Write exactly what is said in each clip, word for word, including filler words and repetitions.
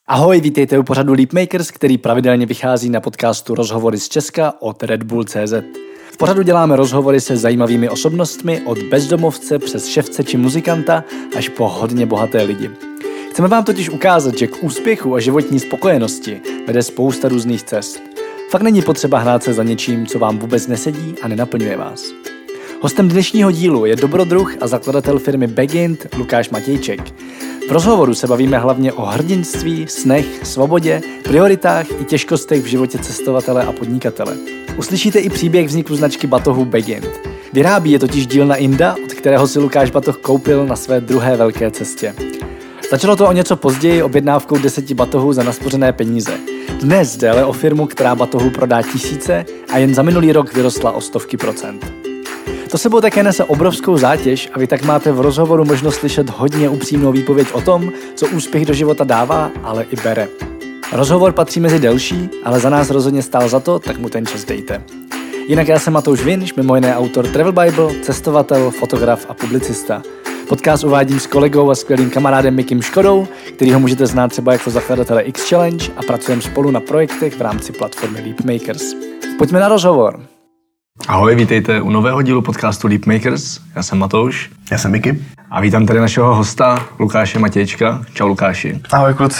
Ahoj, vítejte u pořadu Leapmakers, který pravidelně vychází na podcastu Rozhovory z Česka od Red Bull tečka cé zet. V pořadu děláme rozhovory se zajímavými osobnostmi od bezdomovce přes ševce či muzikanta až po hodně bohaté lidi. Chceme vám totiž ukázat, že k úspěchu a životní spokojenosti vede spousta různých cest. Fakt není potřeba hnát se za něčím, co vám vůbec nesedí a nenaplňuje vás. Hostem dnešního dílu je dobrodruh a zakladatel firmy Begint Lukáš Matějček. V rozhovoru se bavíme hlavně o hrdinství, snech, svobodě, prioritách i těžkostech v životě cestovatele a podnikatele. Uslyšíte i příběh vzniku značky batohů Begint. Vyrábí je totiž dílna Inda, od kterého si Lukáš batoh koupil na své druhé velké cestě. Začalo to o něco později objednávkou deseti batohů za naspořené peníze. Dnes jde ale o firmu, která batohů prodá tisíce a jen za minulý rok vyrostla o stovky procent. To sebou také nese obrovskou zátěž a vy tak máte v rozhovoru možnost slyšet hodně upřímnou výpověď o tom, co úspěch do života dává, ale i bere. Rozhovor patří mezi delší, ale za nás rozhodně stál za to, tak mu ten čas dejte. Jinak já jsem Matouš Vinš, mimo jiné autor Travel Bible, cestovatel, fotograf a publicista. Podcast uvádím s kolegou a skvělým kamarádem Mikim Škodou, kterýho můžete znát třeba jako zakladatele X Challenge a pracujeme spolu na projektech v rámci platformy Leapmakers. Pojďme na rozhovor. Ahoj, vítejte u nového dílu podcastu Leapmakers. Já jsem Matouš. Já jsem Miky. A vítám tady našeho hosta Lukáše Matějčka. Čau Lukáši. Ahoj kluci.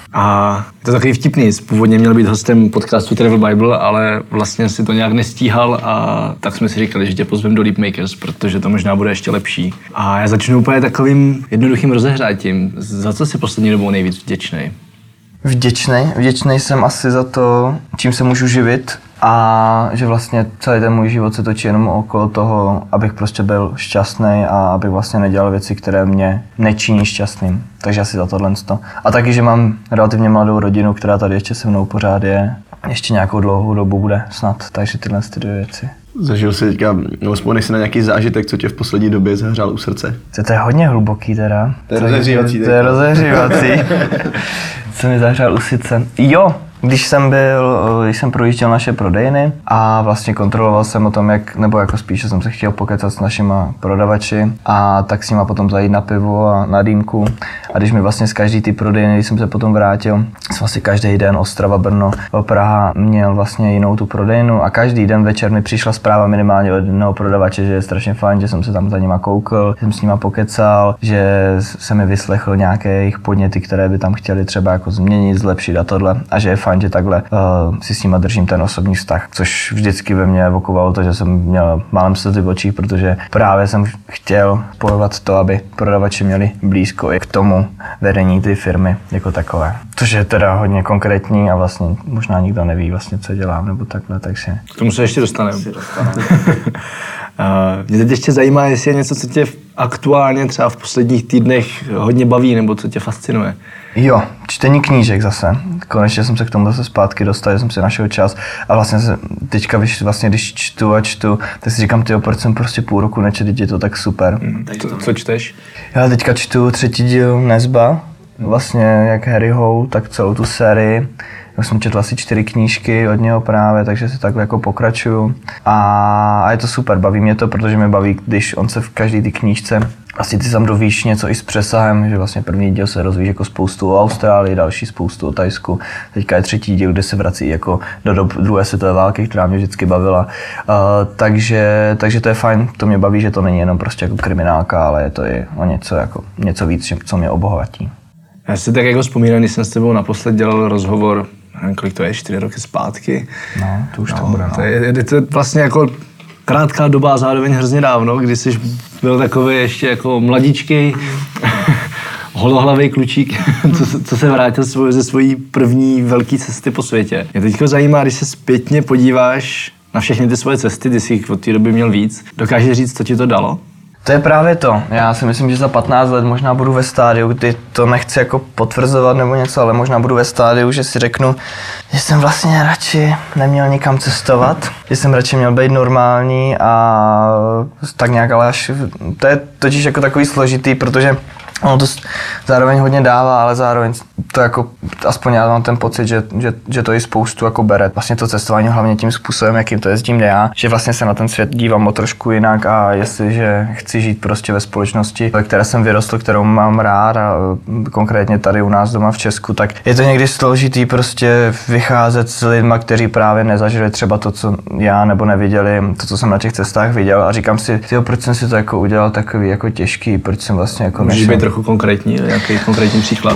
A je to takový vtipný. Původně měl být hostem podcastu Travel Bible, ale vlastně si to nějak nestíhal a tak jsme si říkali, že tě pozvem do Leapmakers, protože to možná bude ještě lepší. A já začnu úplně takovým jednoduchým rozehřátím. Za co jsi poslední dobou nejvíc vděčnej? Vděčnej? Vděčnej jsem asi za to, čím se můžu živit a že vlastně celý ten můj život se točí jenom okolo toho, abych prostě byl šťastný a abych vlastně nedělal věci, které mě nečiní šťastným. Takže asi za tohle. A taky, že mám relativně mladou rodinu, která tady ještě se mnou pořád je. Ještě nějakou dlouhou dobu bude snad, takže tyhle ty dvě věci. Zažil jsi teďka, nebo vzpomeneš si na nějaký zážitek, co tě v poslední době zahřál u srdce? To je hodně hluboký teda. To je rozehřívací. To je rozehřívací. Co mi zahřál u srdce? Jo! Když jsem byl, když jsem projížděl naše prodejny a vlastně kontroloval jsem o tom, jak, nebo jako spíše jsem se chtěl pokecat s našima prodavači a tak s nima potom zajít na pivo a na dýmku. A když mi vlastně z každý ty prodejny, když jsem se potom vrátil, jsem vlastně každý den Ostrava, Brno, Praha měl vlastně jinou tu prodejnu a každý den večer mi přišla zpráva minimálně od jednoho prodavače, že je strašně fajn, že jsem se tam za nima koukl, že jsem s nima pokecal, že se mi vyslechl nějaké jejich podněty, které by tam chtěli třeba jako změnit, zlepšit a tohle a že je fajn, že takhle uh, si s nima držím ten osobní vztah, což vždycky ve mně evokovalo to, že jsem měl málem slzy v očích, protože právě jsem chtěl spojovat to, aby prodavači měli blízko i k tomu vedení ty firmy jako takové. Což je teda hodně konkrétní a vlastně možná nikdo neví vlastně, co dělám nebo takhle, takže... K tomu se ještě dostaneme. Mě teď ještě zajímá, jestli je něco, co tě aktuálně třeba v posledních týdnech hodně baví nebo co tě fascinuje. Jo, čtení knížek zase. Konečně jsem se k tomu zase zpátky dostal, že jsem si našel čas a vlastně se teďka, vlastně, když čtu a čtu, tak si říkám, tyjo, proč jsem prostě půl roku nečet, je to tak super. Hmm, co, co čteš? Já teďka čtu třetí díl Nesba, vlastně jak Harry Howe, tak celou tu sérii. Já jsem četl asi čtyři knížky od něho právě, takže si takhle jako pokračuju. A, a je to super, baví mě to, protože mě baví, když on se v každé té knížce vlastně ty tam dovíš něco i s přesahem, že vlastně první díl se rozvíjí jako spoustu o Austrálii, další spoustu o Thajsku. Teďka je třetí díl, kde se vrací jako do dob druhé světové války, která mě vždycky bavila. Uh, takže, takže to je fajn, to mě baví, že to není jenom prostě jako kriminálka, ale je to i o něco, jako, něco víc, co mě obohatí. Já si tak jako vzpomínám, když jsem s tebou naposled dělal rozhovor, nevím, kolik to je, čtyři roky zpátky. No, to už no, to bude. No. To je, je to vlastně jako krátká doba a zároveň hrozně dávno, kdy jsi byl takový ještě jako mladíčkej, holohlavý klučík, co, co se vrátil ze svojí první velké cesty po světě. Mě teďko zajímá, když se zpětně podíváš na všechny ty svoje cesty, ty jsi jich od té doby měl víc, dokážeš říct, co ti to dalo? To je právě to. Já si myslím, že za patnáct let možná budu ve stádiu, kdy to nechci jako potvrzovat nebo něco, ale možná budu ve stádiu, že si řeknu, že jsem vlastně radši neměl nikam cestovat, že jsem radši měl být normální a tak nějak, ale až to je totiž jako takový složitý, protože ono to zároveň hodně dává, ale zároveň to jako, aspoň já mám ten pocit, že, že, že to i spoustu jako bere. Vlastně to cestování hlavně tím způsobem, jakým to jezdím já, že vlastně se na ten svět dívám o trošku jinak a jestliže chci žít prostě ve společnosti, ve které jsem vyrostl, kterou mám rád a konkrétně tady u nás doma v Česku, tak je to někdy složitý prostě vycházet s lidma, kteří právě nezažili třeba to, co já, nebo neviděli, to, co jsem na těch cestách viděl a říkám si, tyjo, proč jsem si to jako udělal takový jako těžký, proč jsem vlastně jako Můžeš být trochu konkrétní, nějaký konkrétní příklad?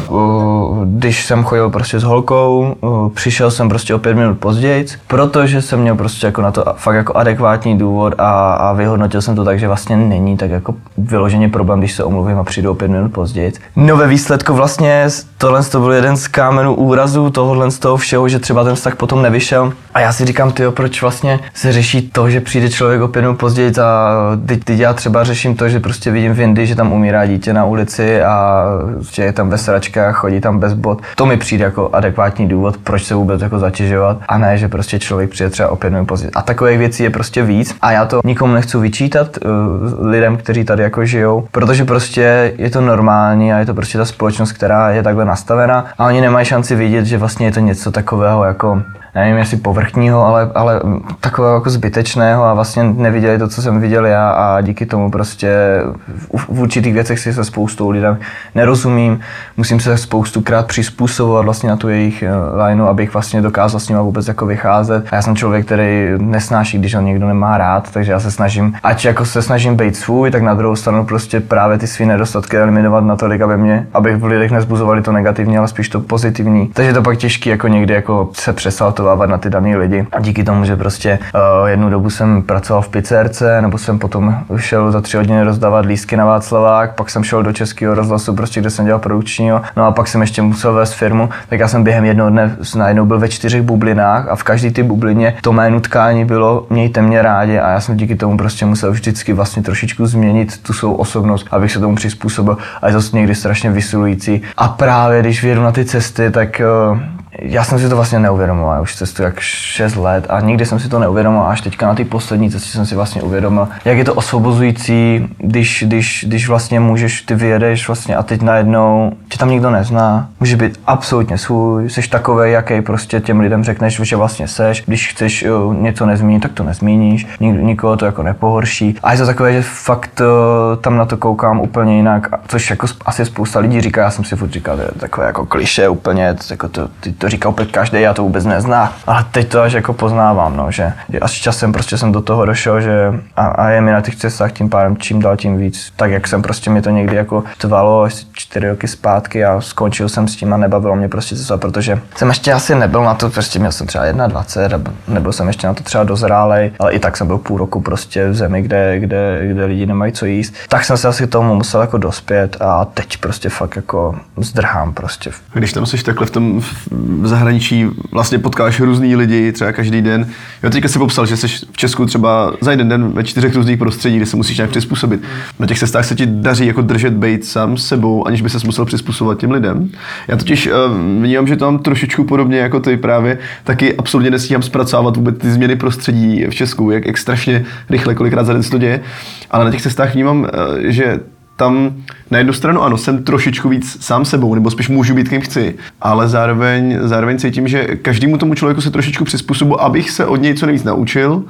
Když jsem chodil prostě s holkou, přišel jsem prostě o pět minut později, protože jsem měl prostě jako na to fakt jako adekvátní důvod a, a vyhodnotil jsem to tak, že vlastně není tak jako vyloženě problém, když se omluvím a přijdu o pět minut později. No ve výsledku vlastně tohle to byl jeden z kámenů úrazu tohohle z toho všeho, že třeba ten vztah potom nevyšel. A já si říkám, tyjo, proč vlastně se řeší to, že přijde člověk o pět minut později a teď, teď já třeba řeším to, že prostě vidím v Indii, že tam umírá dítě na ulici a že je tam ve sračkách, chodí tam bez bot. To mi přijde jako adekvátní důvod, proč se vůbec jako zatěžovat a ne, že prostě člověk přijde třeba o pět minut později. A takových věcí je prostě víc a já to nikomu nechci vyčítat, uh, lidem, kteří tady jako žijou, protože prostě je to normální a je to prostě ta společnost, která je takhle nastavená a oni nemají šanci vidět, že vlastně je to něco takového jako, nevím jestli povrchního, ale, ale takového jako zbytečného a vlastně neviděli to, co jsem viděl já a díky tomu prostě v, v určitých věcech si se spoustou lidem nerozumím, musím se spoustukrát přizpůsobovat vlastně na tu jejich lineu, abych vlastně dokázal s nima vůbec jako vycházet. A já jsem člověk, který nesnáší, když ho někdo nemá rád, takže já se snažím, ať jako se snažím být svůj, tak na druhou stranu prostě právě ty svý nedostatky eliminovat natolik, aby mě, abych v lidech nezbuzovali to negativní, ale spíš to pozitivní. Takže je to pak těžký jako někdy jako se přesaltovávat na ty daný lidi. A díky tomu, že prostě uh, jednu dobu jsem pracoval v pizzerce, nebo jsem potom šel za tři hodiny rozdávat lístky na Václavák, pak jsem šel do Českého rozhlasu, prostě kde jsem dělal produkčního, no a pak jsem ještě musel vést firmu, tak já jsem během jednoho dne najednou byl ve čtyřech bublinách a v každé ty bublině to mé nutkání bylo mějte mě rádi a já jsem díky tomu prostě musel vždycky vlastně trošičku změnit tu svou osobnost, abych se tomu přizpůsobil a je to někdy strašně vysilující. A právě když vyjedu na ty cesty, tak uh, já jsem si to vlastně neuvědomoval, já už cestuji jak šest let a nikdy jsem si to neuvědomoval, až teďka na té poslední cestě jsem si vlastně uvědomil, jak je to osvobozující, když, když, když vlastně můžeš, ty vyjedeš vlastně a teď najednou tě tam nikdo nezná, můžeš být absolutně svůj, jsi takovej, jaký prostě těm lidem řekneš, že vlastně seš, když chceš jo, něco nezmínit, tak to nezmíníš, Nik, nikoho to jako nepohorší a je to takové, že fakt tam na to koukám úplně jinak, což jako asi spousta lidí říká, já jsem si furt říkal, to je takové jako klišé úplně, to, jako to, ty, to říká úplně každý, já to vůbec nezná. Ale teď to až jako poznávám, no, že až časem prostě jsem do toho došel, že a, a je mi na těch cestách tím pádem čím dál tím víc. Tak jak jsem prostě mě to někdy jako trvalo asi čtyři roky zpátky a skončil jsem s tím a nebavilo mě prostě cestovat, protože jsem ještě asi nebyl na to, prostě měl jsem třeba dvacet jedna, nebyl jsem ještě na to třeba dozrálej, ale i tak jsem byl půl roku prostě v zemi, kde, kde, kde lidi nemají co jíst. Tak jsem se asi tomu musel jako dospět a teď prostě fakt jako zdrhám prostě. Když tam jsi takhle v tom v zahraničí, vlastně potkáš různý lidi třeba každý den. Já teďka si popsal, že jsi v Česku třeba za jeden den ve čtyřech různých prostředí, kde se musíš nějak přizpůsobit. Na těch cestách se ti daří jako držet bejt sám s sebou, aniž by ses musel přizpůsobovat těm lidem. Já totiž uh, vnímám, že to mám trošičku podobně jako ty právě, taky absolutně nestíhám zpracovat vůbec ty změny prostředí v Česku, jak, jak strašně rychle, kolikrát za den se to děje. Ale na těch cestách vnímám, uh, že tam na jednu stranu ano, jsem trošičku víc sám sebou, nebo spíš můžu být kým chci, ale zároveň, zároveň cítím, že každému tomu člověku se trošičku přizpůsobu, abych se od něj co nejvíc naučil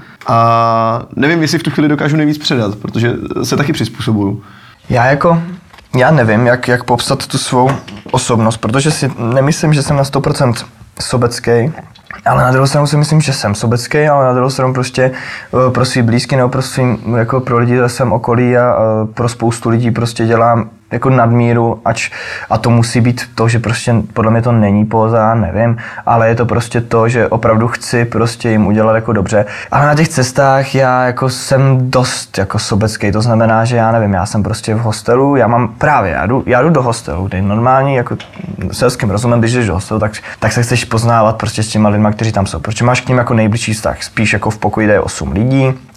a nevím, jestli v tu chvíli dokážu nejvíc předat, protože se taky přizpůsobuju. Já jako, já nevím, jak, jak popsat tu svou osobnost, protože si nemyslím, že jsem na sto procent sobecký. Ale na druhou stranu si myslím, že jsem sobecký, ale na druhou stranu prostě pro svý blízky nebo pro svým, jako pro lidi ve svém okolí a pro spoustu lidí prostě dělám jako nadmíru, ač a to musí být to, že prostě podle mě to není póza, nevím, ale je to prostě to, že opravdu chci prostě jim udělat jako dobře. Ale na těch cestách já jako jsem dost jako sobecký, to znamená, že já nevím, já jsem prostě v hostelu, já mám právě, já jdu, já jdu do hostelu, kde normální jako selským rozumem, když jdeš do hostelu, tak, tak se chceš poznávat prostě s těma lidma, kteří tam jsou, protože máš k ním jako nejbližší vztah, spíš jako v pokoji, kde je osm lidí,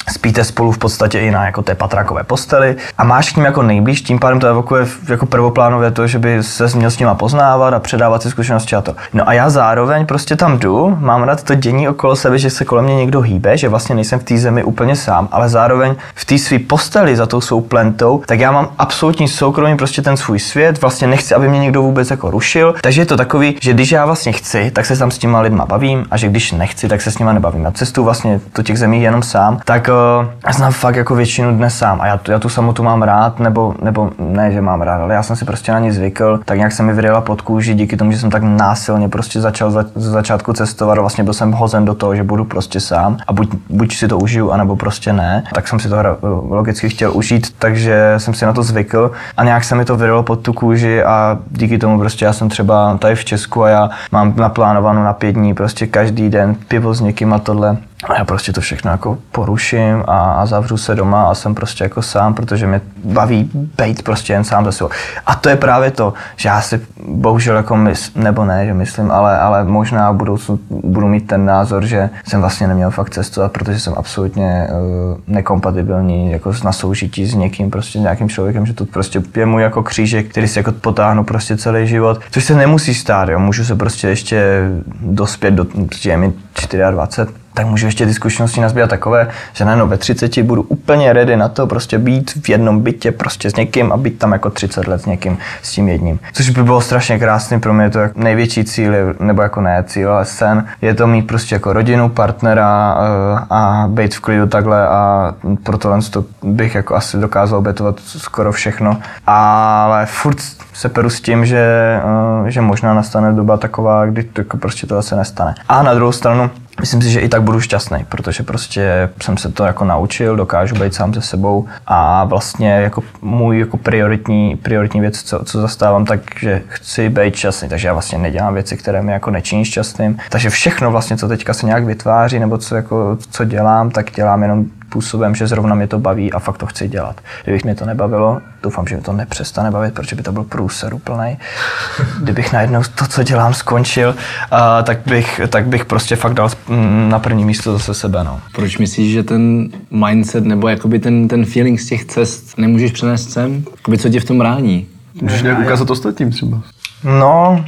spíte spolu v podstatě i na jako té patrákové posteli a máš k ním jako nejblíž, tím pádem to evokuje jako prvoplánově to, že by se měl s nima poznávat a předávat si zkušenosti a to. No a já zároveň prostě tam jdu, mám rád to dění okolo sebe, že se kolem mě někdo hýbe, že vlastně nejsem v té zemi úplně sám, ale zároveň v té své posteli za tou svou plentou, tak já mám absolutní soukromí prostě ten svůj svět, vlastně nechci, aby mě někdo vůbec jako rušil, takže je to takový, že když já vlastně chci, tak se tam s těma lidma bavím a že když nechci, tak se s nima nebavím. Na cestu vlastně do těch zemí jenom sám, tak já znám fakt jako většinu dnes sám a já tu, já tu samotu mám rád, nebo, nebo ne, že mám rád, ale já jsem si prostě na ní zvykl, tak nějak se mi vyrjela pod kůži díky tomu, že jsem tak násilně prostě začal za, za začátku cestovat a vlastně byl jsem hozen do toho, že budu prostě sám a buď, buď si to užiju, anebo prostě ne, tak jsem si to logicky chtěl užít, takže jsem si na to zvykl a nějak se mi to vyrjelo pod tu kůži a díky tomu prostě já jsem třeba tady v Česku a já mám naplánovanou na pět dní prostě každý den pivo s někým a tohle. A já prostě to všechno jako poruším a, a zavřu se doma a jsem prostě jako sám, protože mě baví bejt prostě jen sám za sebou. A to je právě to, že já si bohužel jako mysl, nebo ne, že myslím, ale, ale možná v budoucnu budu mít ten názor, že jsem vlastně neměl fakt cestovat, protože jsem absolutně uh, nekompatibilní jako na soužití s někým, prostě nějakým člověkem, že to prostě je můj jako křížek, který si jako potáhnu prostě celý život, což se nemusí stát, jo, můžu se prostě ještě dospět do, prostě je mi dvacet čtyři, tak můžu ještě ty zkušenosti nazbírat takové, že najednou ve třiceti budu úplně ready na to prostě být v jednom bytě prostě s někým a být tam jako třicet let s někým, s tím jedním. Což by bylo strašně krásný, pro mě je to jako největší cíl, nebo jako ne cíl, ale sen, je to mít prostě jako rodinu, partnera a být v klidu takhle a pro tohle bych jako asi dokázal obětovat skoro všechno, ale furt se peru s tím, že, že možná nastane doba taková, kdy to jako prostě to se nestane. A na druhou stranu, myslím si, že i tak budu šťastný, protože prostě jsem se to jako naučil, dokážu být sám se sebou a vlastně jako můj jako prioritní, prioritní věc, co, co zastávám, takže chci být šťastný, takže já vlastně nedělám věci, které mě jako nečiní šťastným, takže všechno vlastně, co teďka se nějak vytváří nebo co, jako, co dělám, tak dělám jenom způsobem, že zrovna mě to baví a fakt to chci dělat. Kdybych mě to nebavilo, doufám, že mě to nepřestane bavit, protože by to byl průser úplnej. Kdybych najednou to, co dělám, skončil, uh, tak, bych, tak bych prostě fakt dal na první místo zase sebe. No. Proč myslíš, že ten mindset nebo jakoby ten, ten feeling z těch cest nemůžeš přenést sem? Jakoby co tě v tom rání? Můžeš nějak ukázat ostatním třeba? No,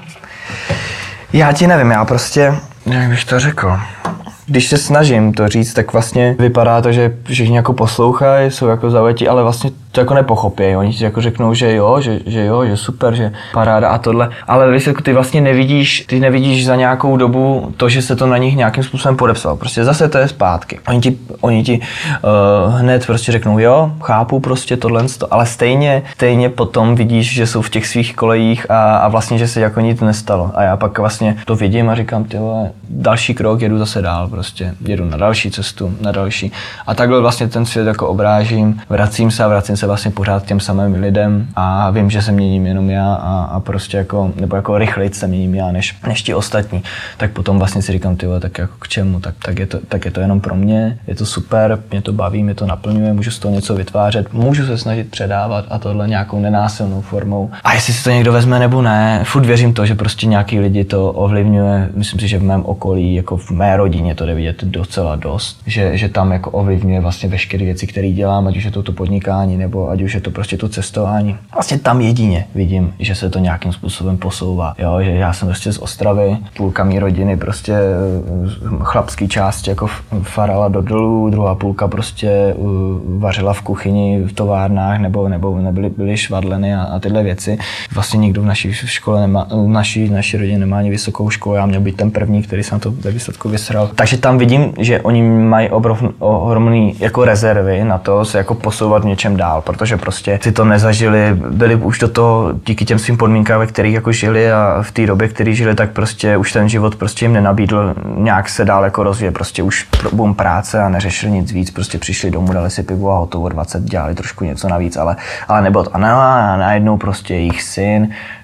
já ti nevím, já prostě, jak bych to řekl, když se snažím to říct, tak vlastně vypadá to, že všichni jako poslouchají, jsou jako zaujatí, ale vlastně to jako nepochopí. Oni si jako řeknou, že jo, že, že jo, že super, že paráda a tohle. Ale výsledku ty vlastně nevidíš, ty nevidíš za nějakou dobu to, že se to na nich nějakým způsobem podepsalo. Prostě zase to je zpátky. Oni ti, oni ti uh, hned prostě řeknou, jo, chápu prostě tohle, ale stejně, stejně potom vidíš, že jsou v těch svých kolejích a, a vlastně, že se jako nic nestalo. A já pak vlastně to vidím a říkám, ty vole, další krok, jedu zase dál, prostě jedu na další cestu, na další. A takhle vlastně ten svět jako obrážím, vracím se a vracím se vlastně pořád těm samým lidem a vím, že se měním jenom já a, a prostě jako, nebo jako rychleji se měním já než, než ti ostatní. Tak potom vlastně si říkám, tyhle, tak jako k čemu, tak, tak, je to, tak je to jenom pro mě, je to super, mě to baví, mě to naplňuje, můžu z toho něco vytvářet, můžu se snažit předávat a tohle nějakou nenásilnou formou. A jestli si to někdo vezme nebo ne, furt věřím to, že prostě nějaký lidi to ovlivňuje, myslím si, že v mém okolí, jako v mé rodině to jde vidět docela dost, že, že tam jako ovlivňuje vlastně veškeré věci, které dělám, ať už je to to podnikání, nebo ať už je to prostě to cestování. Vlastně tam jedině vidím, že se to nějakým způsobem posouvá. Jo, že já jsem prostě z Ostravy, půlka mý rodiny prostě chlapský část jako farala do dolů, druhá půlka prostě vařila v kuchyni, v továrnách, nebo, nebo nebyly byly švadleny a, a tyhle věci. Vlastně nikdo v naší škole nemá, v naší, naší rodině nemá ani vysokou školu, já měl být ten první, který se na to ve výsledku vysral. Takže tam vidím, že oni mají ohromný jako rezervy na to se jako posouvat v něčem dál, protože prostě si to nezažili, byli už do toho díky těm svým podmínkám, ve kterých jako žili a v té době, který žili, tak prostě už ten život prostě jim nenabídl nějak se dál jako rozvíjet, prostě už boom práce a neřešili nic víc, prostě přišli domů, dali si pivo a hotovo, dvacet dělali trošku něco navíc, ale, ale nebylo to. A najednou prostě jejich syn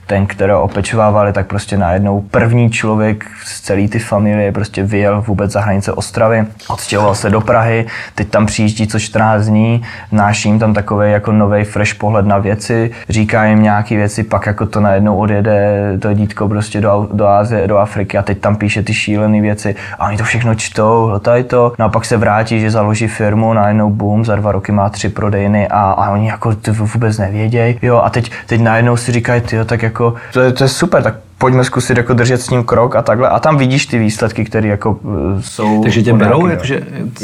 ten, kterého opečovávali, tak prostě najednou první člověk z celé ty familie prostě vyjel vůbec za hranice Ostravy, odstěhoval se do Prahy, teď tam přijíždí co čtrnáct dní, náší jim tam takový jako novej fresh pohled na věci, říká jim nějaký věci, pak jako to najednou odjede to dítko prostě do, do Asie, do Afriky a teď tam píše ty šílené věci a oni to všechno čtou, hltají to, no a pak se vrátí, že založí firmu, najednou boom, za dva roky má tři prodejny a, a oni jako to vůbec nevědějí, jo a teď, teď najednou si říkají, tyjo, tak jako to je, to je super, tak pojďme zkusit jako držet s ním krok a takhle. A tam vidíš ty výsledky, které jako jsou... Takže tě berou, jakože...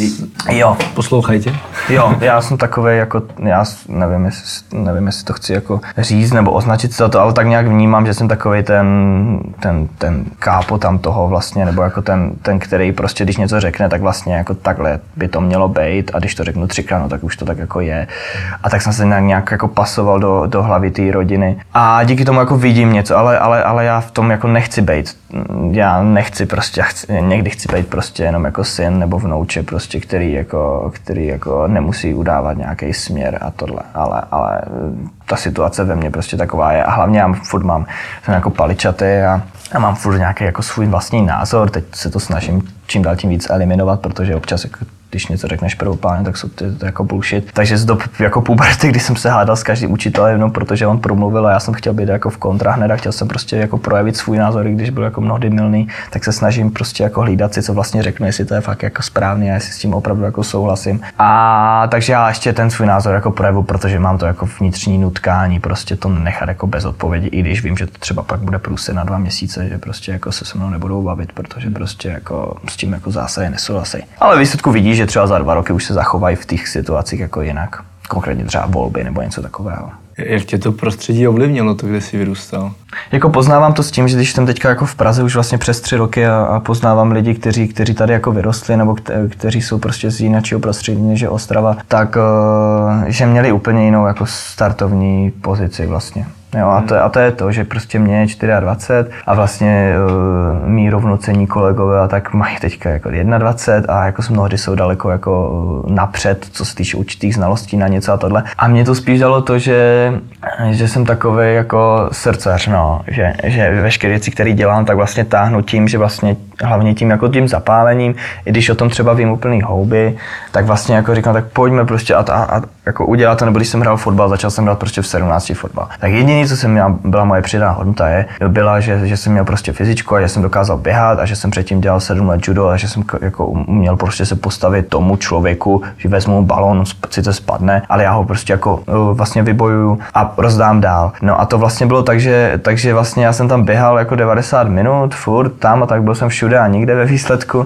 Jo. Poslouchaj tě? Jo, já jsem takovej jako, já nevím, jestli, nevím, jestli to chci jako říct nebo označit za to, ale tak nějak vnímám, že jsem takovej ten, ten, ten kápo tam toho vlastně, nebo jako ten, ten, který prostě, když něco řekne, tak vlastně jako takhle by to mělo být a když to řeknu třikrát, no tak už to tak jako je. A tak jsem se nějak jako pasoval do, do hlavy té rodiny. A díky tomu jako vidím něco, ale, ale, ale já v tom jako nechci bejt. Já nechci prostě, já chci, někdy chci bejt prostě jenom jako syn nebo vnouče prostě, který jako, který jako nemusí udávat nějaký směr a tohle, ale, ale ta situace ve mně prostě taková je a hlavně já furt mám, jsem jako paličatý a, a mám furt nějaký jako svůj vlastní názor, teď se to snažím čím dál tím víc eliminovat, protože občas jako když něco řekneš prvopláně, tak jsou to, to jako bullshit. Takže z dob jako puberty, kdy jsem se hádal s každým učitelem, jenom protože on promluvil a já jsem chtěl být jako v kontra hned a chtěl jsem prostě jako projevit svůj názor, i když byl jako mnohdy mylný, tak se snažím prostě jako hlídat si, co vlastně řeknu, jestli to je fakt jako správný a jestli s tím opravdu jako souhlasím. A takže já ještě ten svůj názor jako projevu, protože mám to jako vnitřní nutkání, prostě to nechat jako bez odpovědi, i když vím, že to třeba pak bude průse na dva měsíce, že prostě jako se se mnou nebudou bavit, protože prostě jako s tím jako zásadně nesouhlasí. Ale výsledku vidíš, že třeba za dva roky už se zachovají v těch situacích jako jinak. Konkrétně třeba volby nebo něco takového. Jak tě to prostředí ovlivnilo, to, kde jsi vyrůstal? Jako poznávám to s tím, že když jsem teďka jako v Praze už vlastně přes tři roky a, a poznávám lidi, kteří, kteří tady jako vyrostli nebo kte, kteří jsou prostě z jiného prostředí než je Ostrava, tak uh, že měli úplně jinou jako startovní pozici vlastně. Jo, a, to, a to je to, že prostě mě je dvacet čtyři a vlastně uh, mý rovnocení kolegové a tak mají teďka jako dvacet jedna a jako mnohdy jsou daleko jako napřed, co se týče určitých znalostí na něco a tohle. A mě to spíš dalo to, že, že jsem takovej jako srdcař, no, že, že veškeré věci, které dělám, tak vlastně táhnu tím, že vlastně hlavně tím jako tím zapálením, i když o tom třeba vím úplný houby, tak vlastně jako říkám, tak pojďme prostě a, a, a jako udělat to, nebo když jsem hrál fotbal, začal jsem hrát prostě v sedmnácti fotbal. Tak jediné, co jsem měl, byla moje přidaná hodnota je, byla, že, že jsem měl prostě fyzičku a že jsem dokázal běhat a že jsem předtím dělal sedm let judo a že jsem jako uměl prostě se postavit tomu člověku, že vezmu balón, sice spadne, ale já ho prostě jako vlastně vybojuju a rozdám dál. No a to vlastně bylo tak, že, takže vlastně já jsem tam běhal jako devadesát minut, furt tam a tak byl jsem všude a nikde ve výsledku.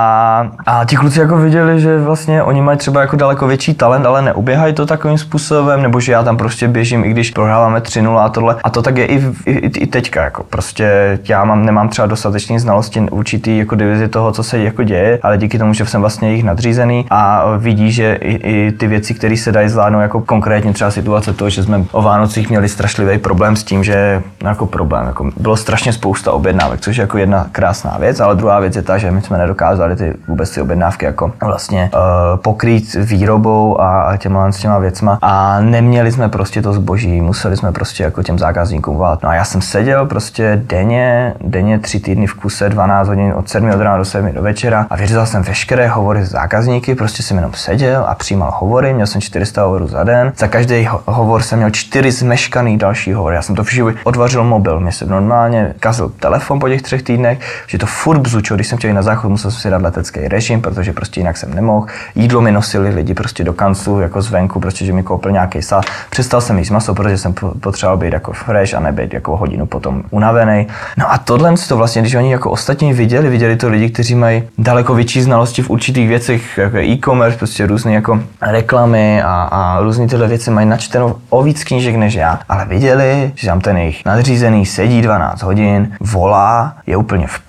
A, a ti kluci jako viděli, že vlastně oni mají třeba jako daleko větší talent, ale neuběhají to takovým způsobem, nebo že já tam prostě běžím, i když prohráváme tři nula a tohle. A to tak je i, i, i teďka, jako prostě já mám, nemám třeba dostatečné znalosti určitý jako divizi toho, co se jako děje, ale díky tomu, že jsem vlastně jejich nadřízený a vidí, že i, i ty věci, které se dají zvládnout, jako konkrétně třeba situace toho, že jsme o Vánocích měli strašlivý problém s tím, že no jako problém, jako bylo strašně spousta objednávek, což je jako jedna krásná věc, ale druhá věc je ta, že my jsme nedokázali ty vůbec ty objednávky jako vlastně uh, pokrýt výrobou a, a těma s těma věcma a neměli jsme prostě to zboží, museli jsme prostě jako těm zákazníkům volat. No a já jsem seděl prostě denně, denně tři týdny v kuse, dvanáct hodin od sedmi od rána do sedmi do večera a vyřezal jsem veškeré hovory s zákazníky, prostě jsem jenom seděl a přijímal hovory, měl jsem čtyři sta hovorů za den, za každý ho- hovor jsem měl čtyři zmeškaný další hovory, já jsem to vždy odvařil mobil, mě se normálně kazil telefon po těch třech týdnech, že to furt bzučil, když jsem chtěl jít na záchod, musel jsem si dát letecký režim, protože prostě jinak jsem nemohl, jídlo mi nosili lidi prostě do kanclu, jako zvenku, prostě, že mi koupil nějaký sál, přestal jsem jíst maso, protože jsem potřeboval být jako fresh a nebejt jako hodinu potom unavený. No a tohle to vlastně, když oni jako ostatní viděli, viděli to lidi, kteří mají daleko větší znalosti v určitých věcech, jako e-commerce, prostě různé jako reklamy a, a různé tyhle věci mají načteno o víc knížek než já, ale viděli, že tam ten jejich nadřízený sedí dvanáct hodin, volá, je úplně v prdeli,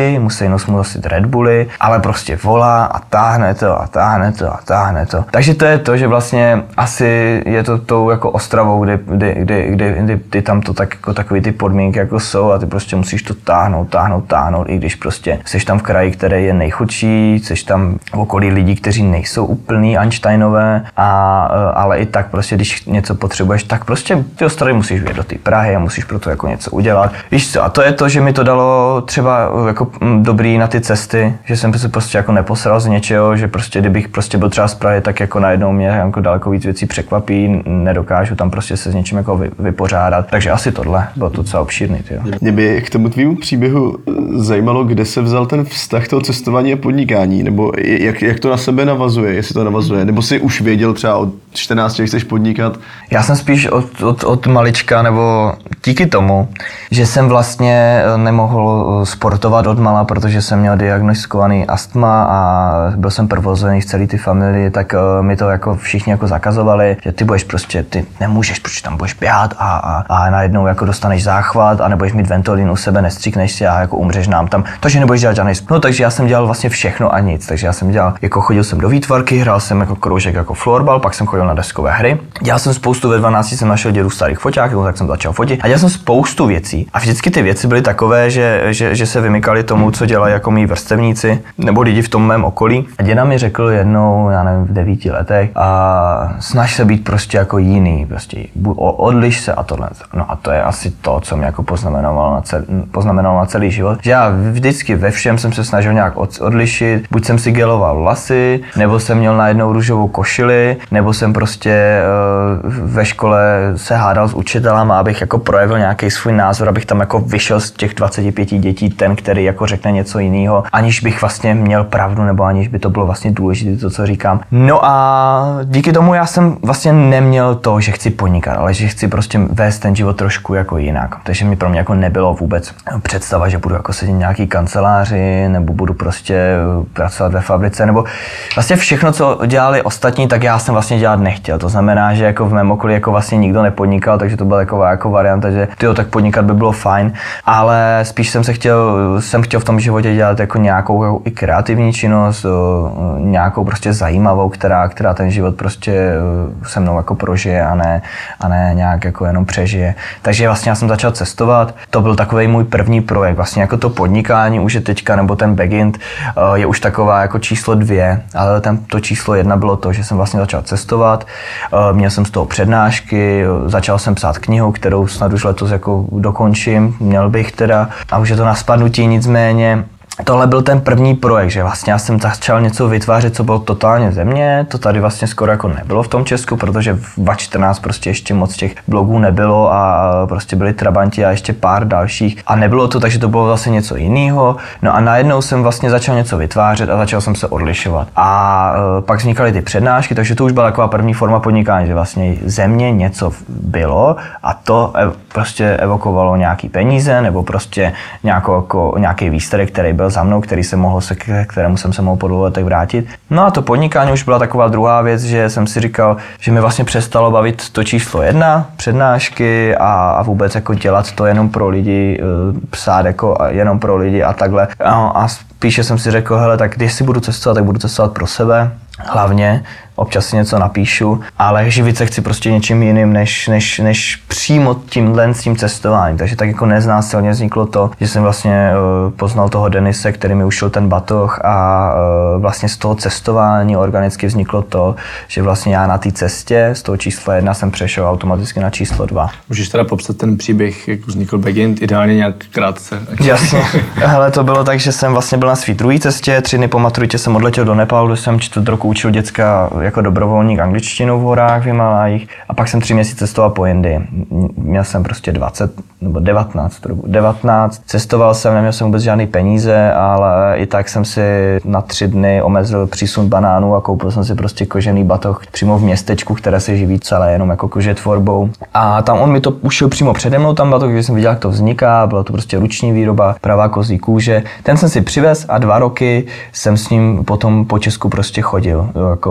Bully, musí nos mu nosit Red Bully, ale prostě volá a táhne to a táhne to a táhne to. Takže to je to, že vlastně asi je to tou jako Ostravou, kdy, kdy, kdy, kdy, kdy ty tam to tak, jako takový ty podmínky jako jsou a ty prostě musíš to táhnout, táhnout, táhnout, i když prostě jsi tam v kraji, který je nejchudší, jsi tam v okolí lidí, kteří nejsou úplný Einsteinové, a, ale i tak prostě, když něco potřebuješ, tak prostě v Ostravě musíš vyjet do té Prahy a musíš pro to jako něco udělat. Víš co, a to je to, že mi to dalo třeba jako dobrý na ty cesty, že jsem se prostě jako neposral z něčeho, že prostě kdybych prostě byl třeba z Prahy, tak jako najednou mě jako daleko víc věcí překvapí, nedokážu tam prostě se s něčím jako vypořádat. Takže asi tohle bylo to docela obšírný. Tyjo. Mě by k tomu tvýmu příběhu zajímalo, kde se vzal ten vztah toho cestování a podnikání, nebo jak, jak to na sebe navazuje, jestli to navazuje, nebo jsi už věděl třeba od čtrnácti, že chceš podnikat? Já jsem spíš od, od, od malička, nebo díky tomu, že jsem vlastně nemohl sportovat od mala, protože jsem měl diagnostikovaný astma a byl jsem prvozený v celé ty familii, tak mi to jako všichni jako zakazovali, že ty budeš prostě, ty nemůžeš, protože tam budeš běhat a, a, a najednou jako dostaneš záchvat a nebudeš mít Ventolin u sebe, nestříkneš si a jako umřeš nám tam, takže nebudeš dělat žádný sport. No, takže já jsem dělal vlastně všechno a nic, takže já jsem dělal, jako chodil jsem do výtvarky, hrál jsem jako kroužek jako florbal, pak jsem chodil na deskové hry. Dělal jsem spoustu, ve dvanácti jsem našel dědu starých foťáků, tak jsem začal fotit a dělal jsem spoustu věcí a vždycky ty věci byly takové, že, že, že se vymykaly tomu, co dělají jako mý vrstevníci nebo lidi v tom mém okolí. A děda mi řekl jednou, já nevím, v devíti letech, a snaž se být prostě jako jiný, prostě odliš se a tohle. No a to je asi to, co mě jako poznamenalo na celý, poznamenalo na celý život, že já vždycky ve všem jsem se snažil nějak odlišit, buď jsem si geloval vlasy, nebo jsem měl najednou růžovou košili, nebo jsem prostě uh, ve škole se hádal s učitelama, abych jako projevil nějaký svůj názor, abych tam jako vyšel z těch dvaceti pěti dětí ten, který jako řekne něco jiného, aniž bych vlastně měl pravdu, nebo aniž by to bylo vlastně důležité to, co říkám. No a díky tomu já jsem vlastně neměl to, že chci podnikat, ale že chci prostě vést ten život trošku jako jinak. Takže mi pro mě jako nebylo vůbec představa, že budu jako sedět v nějaký kanceláři, nebo budu prostě pracovat ve fabrice, nebo vlastně všechno, co dělali ostatní, tak já jsem vlastně dělat nechtěl. To znamená, že jako v mém okolí jako vlastně nikdo nepodnikal, takže to byla taková jako varianta, že tyjo, tak podnikat by bylo fajn, ale spíš jsem se chtěl, jsem chtěl v tom životě dělat jako nějakou jako i kreativní činnost, nějakou prostě zajímavou, která, která ten život prostě se mnou jako prožije a ne, a ne nějak jako jenom přežije. Takže vlastně já jsem začal cestovat, to byl takový můj první projekt, vlastně jako to podnikání už je teďka, nebo ten backend je už taková jako číslo dvě, ale ten, to číslo jedna bylo to, že jsem vlastně začal cestovat, měl jsem z toho přednášky, začal jsem psát knihu, kterou snad už letos jako dokončím, měl bych teda, a už je to na spadnutí, nicméně tohle byl ten první projekt, že vlastně já jsem začal něco vytvářet, co bylo totálně ze mě, to tady vlastně skoro jako nebylo v tom Česku, protože v dva tisíce čtrnáct prostě ještě moc těch blogů nebylo a prostě byli trabanti a ještě pár dalších a nebylo to, takže to bylo zase něco jiného. No a najednou jsem vlastně začal něco vytvářet a začal jsem se odlišovat. A pak vznikaly ty přednášky, takže to už byla taková první forma podnikání, že vlastně ze mě něco bylo a to prostě evokovalo nějaký peníze nebo prostě nějakou, jako, nějaký výsledek, který byl za mnou, který se mohl se, kterému jsem se mohl po dvou letech vrátit. No a to podnikání už byla taková druhá věc, že jsem si říkal, že mi vlastně přestalo bavit to číslo jedna, přednášky a, a vůbec jako dělat to jenom pro lidi, psát jako jenom pro lidi a takhle. A, a spíše jsem si řekl, hele, tak když si budu cestovat, tak budu cestovat pro sebe, hlavně, občas si něco napíšu, ale živit se chci prostě něčím jiným, než, než, než přímo tímhle s tím cestováním. Takže tak jako neznásilně vzniklo to, že jsem vlastně uh, poznal toho Denise, který mi ušil ten batoh a uh, vlastně z toho cestování organicky vzniklo to, že vlastně já na té cestě z toho čísla jedna jsem přešel automaticky na číslo dva. Můžeš teda popsat ten příběh, jak vznikl Backend, ideálně nějak krátce. Jasně. Hele, to bylo tak, že jsem vlastně byl na svý druhé cestě, tři dny po maturitě jsem odletěl do Nepálu, kde jsem čtvrt roku učil děcka jako dobrovolník angličtinu v horách, v Himalajích a pak jsem tři měsíce cestoval po Indii. Měl jsem prostě dvacet nebo devatenáct, devatenáct. Cestoval jsem, neměl jsem vůbec žádný peníze, ale i tak jsem si na tři dny omezil přísun banánů a koupil jsem si prostě kožený batoh přímo v městečku, které se živí celé jenom jako kožetvorbou. A tam on mi to ušil přímo přede mnou, tam batoh, když jsem viděl, jak to vzniká, byla to prostě ruční výroba, pravá kozí kůže. Ten jsem si přivez a dva roky jsem s ním potom po Česku prostě chodil. Jako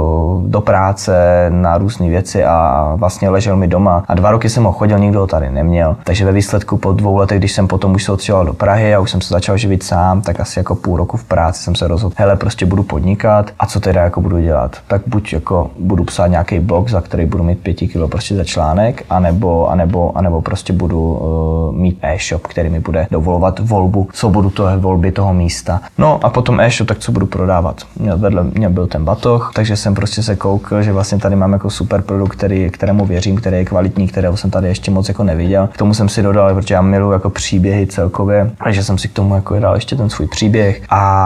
do práce, na různé věci a vlastně ležel mi doma. A dva roky jsem ho chodil, nikdo ho tady neměl. Takže ve výsledku po dvou letech, když jsem potom už se odstěhoval do Prahy a už jsem se začal živit sám, tak asi jako půl roku v práci jsem se rozhodl, hele, prostě budu podnikat a co teda jako budu dělat? Tak buď jako budu psát nějaký blog, za který budu mít pěti kilo prostě za článek, anebo, anebo, anebo prostě budu uh, mít e-shop, který mi bude dovolovat volbu, svobodu toho volby toho místa. No a potom e-shop, tak co budu prodávat? Měl vedle mě byl ten batoh, takže jsem prostě se koukl, že vlastně tady mám jako super produkt, který, kterému věřím, který je kvalitní, kterého jsem tady ještě moc jako neviděl. K tomu jsem si dodal, protože já miluji jako příběhy celkově, takže jsem si k tomu jako dal ještě ten svůj příběh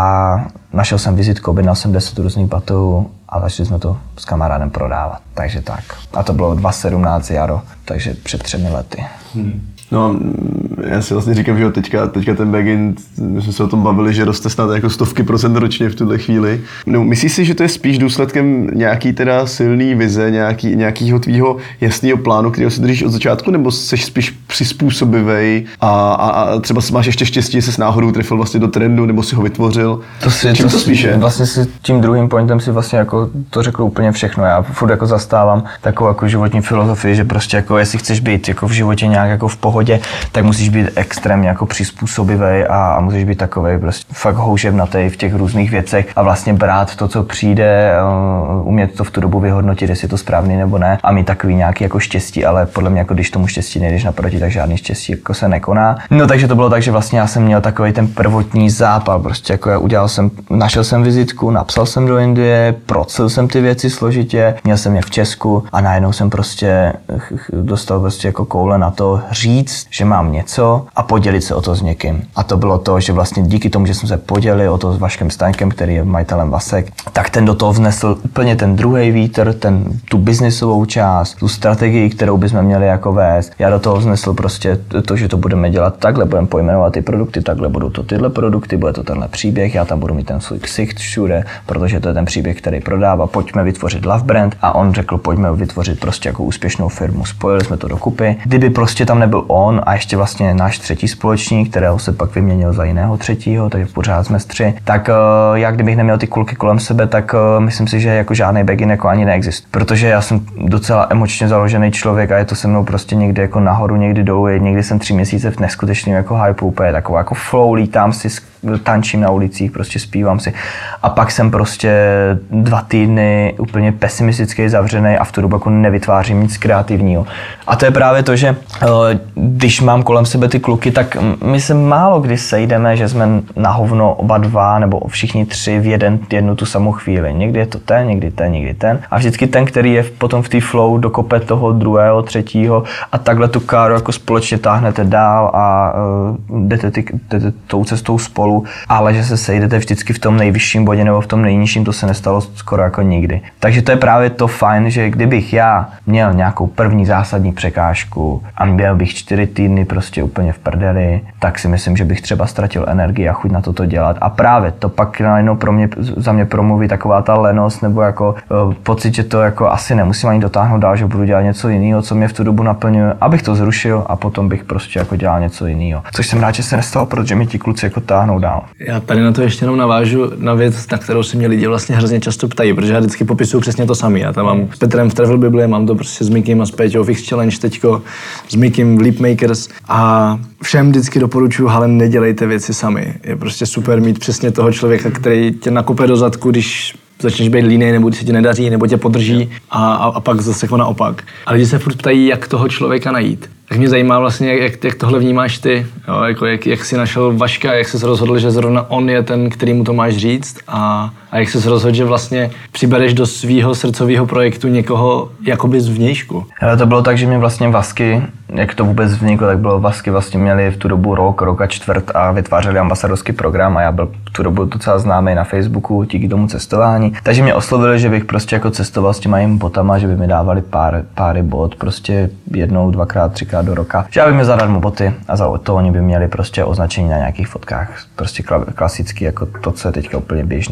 a našel jsem vizitku, objednal jsem deset různých batohů a začali jsme to s kamarádem prodávat. Takže tak. A to bylo dva tisíce sedmnáct jaro, takže před třemi lety. Hmm. No já si vlastně říkám, že teďka, teďka ten backend, my jsme se o tom bavili, že roste snad jako stovky procent ročně v tuhle chvíli. No, myslíš si, že to je spíš důsledkem nějaký teda silný vize, nějaký, nějakýho tvýho jasného plánu, kterého si držíš od začátku, nebo jsi spíš přizpůsobivej a, a, a třeba máš ještě štěstí, že jsi s náhodou trefil vlastně do trendu, nebo si ho vytvořil? To si, Čím to, to spíš je? Vlastně si tím druhým pointem si vlastně jako to řekl úplně všechno. Já furt jako zastávám takovou jako životní filozofii, že prostě jako jestli chceš být jako v životě nějak jako v pohodě, tak musíš být extrémně jako přizpůsobivý a, a musíš být takovej prostě fakt houževnatý v těch různých věcech a vlastně brát to, co přijde, uh, umět to v tu dobu vyhodnotit, jestli je to správný nebo ne a mít takový nějaký jako štěstí, ale podle mě jako když tomu štěstí nejdeš naproti, tak žádný štěstí jako se nekoná. No takže to bylo tak, že vlastně já jsem měl takový ten prvotní zápal, prostě jako já udělal jsem, našel jsem vizitku, napsal jsem do Indie, procel jsem ty věci složitě, měl jsem je v Česku a najednou jsem prostě dostal prostě jako koule na to říct, že mám něco a podělit se o to s někým. A to bylo to, že vlastně díky tomu, že jsme se podělili o to s Vaškem Staňkem, který je majitelem Vasek, tak ten do toho vnesl úplně ten druhý vítr, ten, tu biznisovou část, tu strategii, kterou bychom měli jako vést. Já do toho vnesl prostě to, že to budeme dělat takhle, budeme pojmenovat ty produkty, takhle budou to tyhle produkty, bude to tenhle příběh, já tam budu mít ten svůj ksicht všude, protože to je ten příběh, který prodává, pojďme vytvořit love brand a on řekl, pojďme vytvořit prostě jako úspěšnou firmu. Spojili jsme to dokupy. Kdyby prostě tam nebyl on a ještě vlastně náš třetí společník, kterého se pak vyměnil za jiného třetího, takže pořád jsme tři, tak uh, já kdybych neměl ty kulky kolem sebe, tak uh, myslím si, že jako žádný backend jako ani neexistuje. Protože já jsem docela emočně založený člověk a je to se mnou prostě někdy jako nahoru, někdy dolů, někdy jsem tři měsíce v neskutečném jako hype, úplně takovou jako flow, lítám si, tančím na ulicích, prostě zpívám si. A pak jsem prostě dva týdny úplně pesimisticky zavřený a v tu dobu jako nevytvářím nic kreativního. A to je právě to, že uh, když mám kolem sebe ty kluky, tak my se málo kdy sejdeme, že jsme na hovno oba dva nebo všichni tři v jeden, jednu tu samou chvíli. Někdy je to ten, někdy ten, někdy ten. A vždycky ten, který je potom v té flow, dokope toho druhého, třetího a takhle tu káru jako společně táhnete dál a uh, jdete, ty, jdete tou cestou spolu, ale že se sejdete vždycky v tom nejvyšším bodě nebo v tom nejnižším, to se nestalo skoro jako nikdy. Takže to je právě to fajn, že kdybych já měl nějakou první zásadní překážku a měl bych čtyři týdny prostě úplně v prdeli, tak si myslím, že bych třeba ztratil energii a chuť na toto dělat. A právě to pak najednou pro mě, za mě promluví taková ta lenost nebo jako uh, pocit, že to jako asi nemusím ani dotáhnout dál, že budu dělat něco jiného, co mě v tu dobu naplňuje, abych to zrušil a potom bych prostě jako dělal něco jiného. Což jsem rád, že se nestalo, protože mi ti kluci jako táhnou dál. Já tady na to ještě jenom navážu na věc, na kterou se mě lidi vlastně hrozně často ptají, protože já vždycky popisuju přesně to samé. Já tam mám s Petrem v Travel Bible, mám to prostě s Mikim a s Péťou v X Challenge teďko, s Mikim v Leap Makers a všem vždycky doporučuji, ale nedělejte věci sami. Je prostě super mít přesně toho člověka, který tě nakope do zadku, když začneš být línej, nebo když se ti nedaří, nebo tě podrží a, a, a pak zase jako naopak. A lidi se furt ptají, jak toho člověka najít. Tak mě zajímá vlastně, jak, jak tohle vnímáš ty, jo? Jako jak, jak jsi našel Vaška, jak jsi se rozhodl, že zrovna on je ten, který mu to máš říct a, a jak jsi se rozhodl, že vlastně přibereš do svého srdcového projektu někoho jakoby zvnějšku. Ale to bylo tak, že mě vlastně Vasky, jak to vůbec vzniklo, tak bylo Vasky vlastně měli v tu dobu rok, rok a čtvrt a vytvářeli ambasadorský program a já byl v tu dobu docela známý na Facebooku díky tomu cestování. Takže mě oslovili, že bych prostě jako cestoval s těma jim botama, že by mi dávali pár, páry bot, prostě jednou, dvakrát, třikrát do roka. Že já bych mi zadarmo boty a za to oni by měli prostě označení na nějakých fotkách, prostě klasicky jako to, co je teďka úplně běžný. A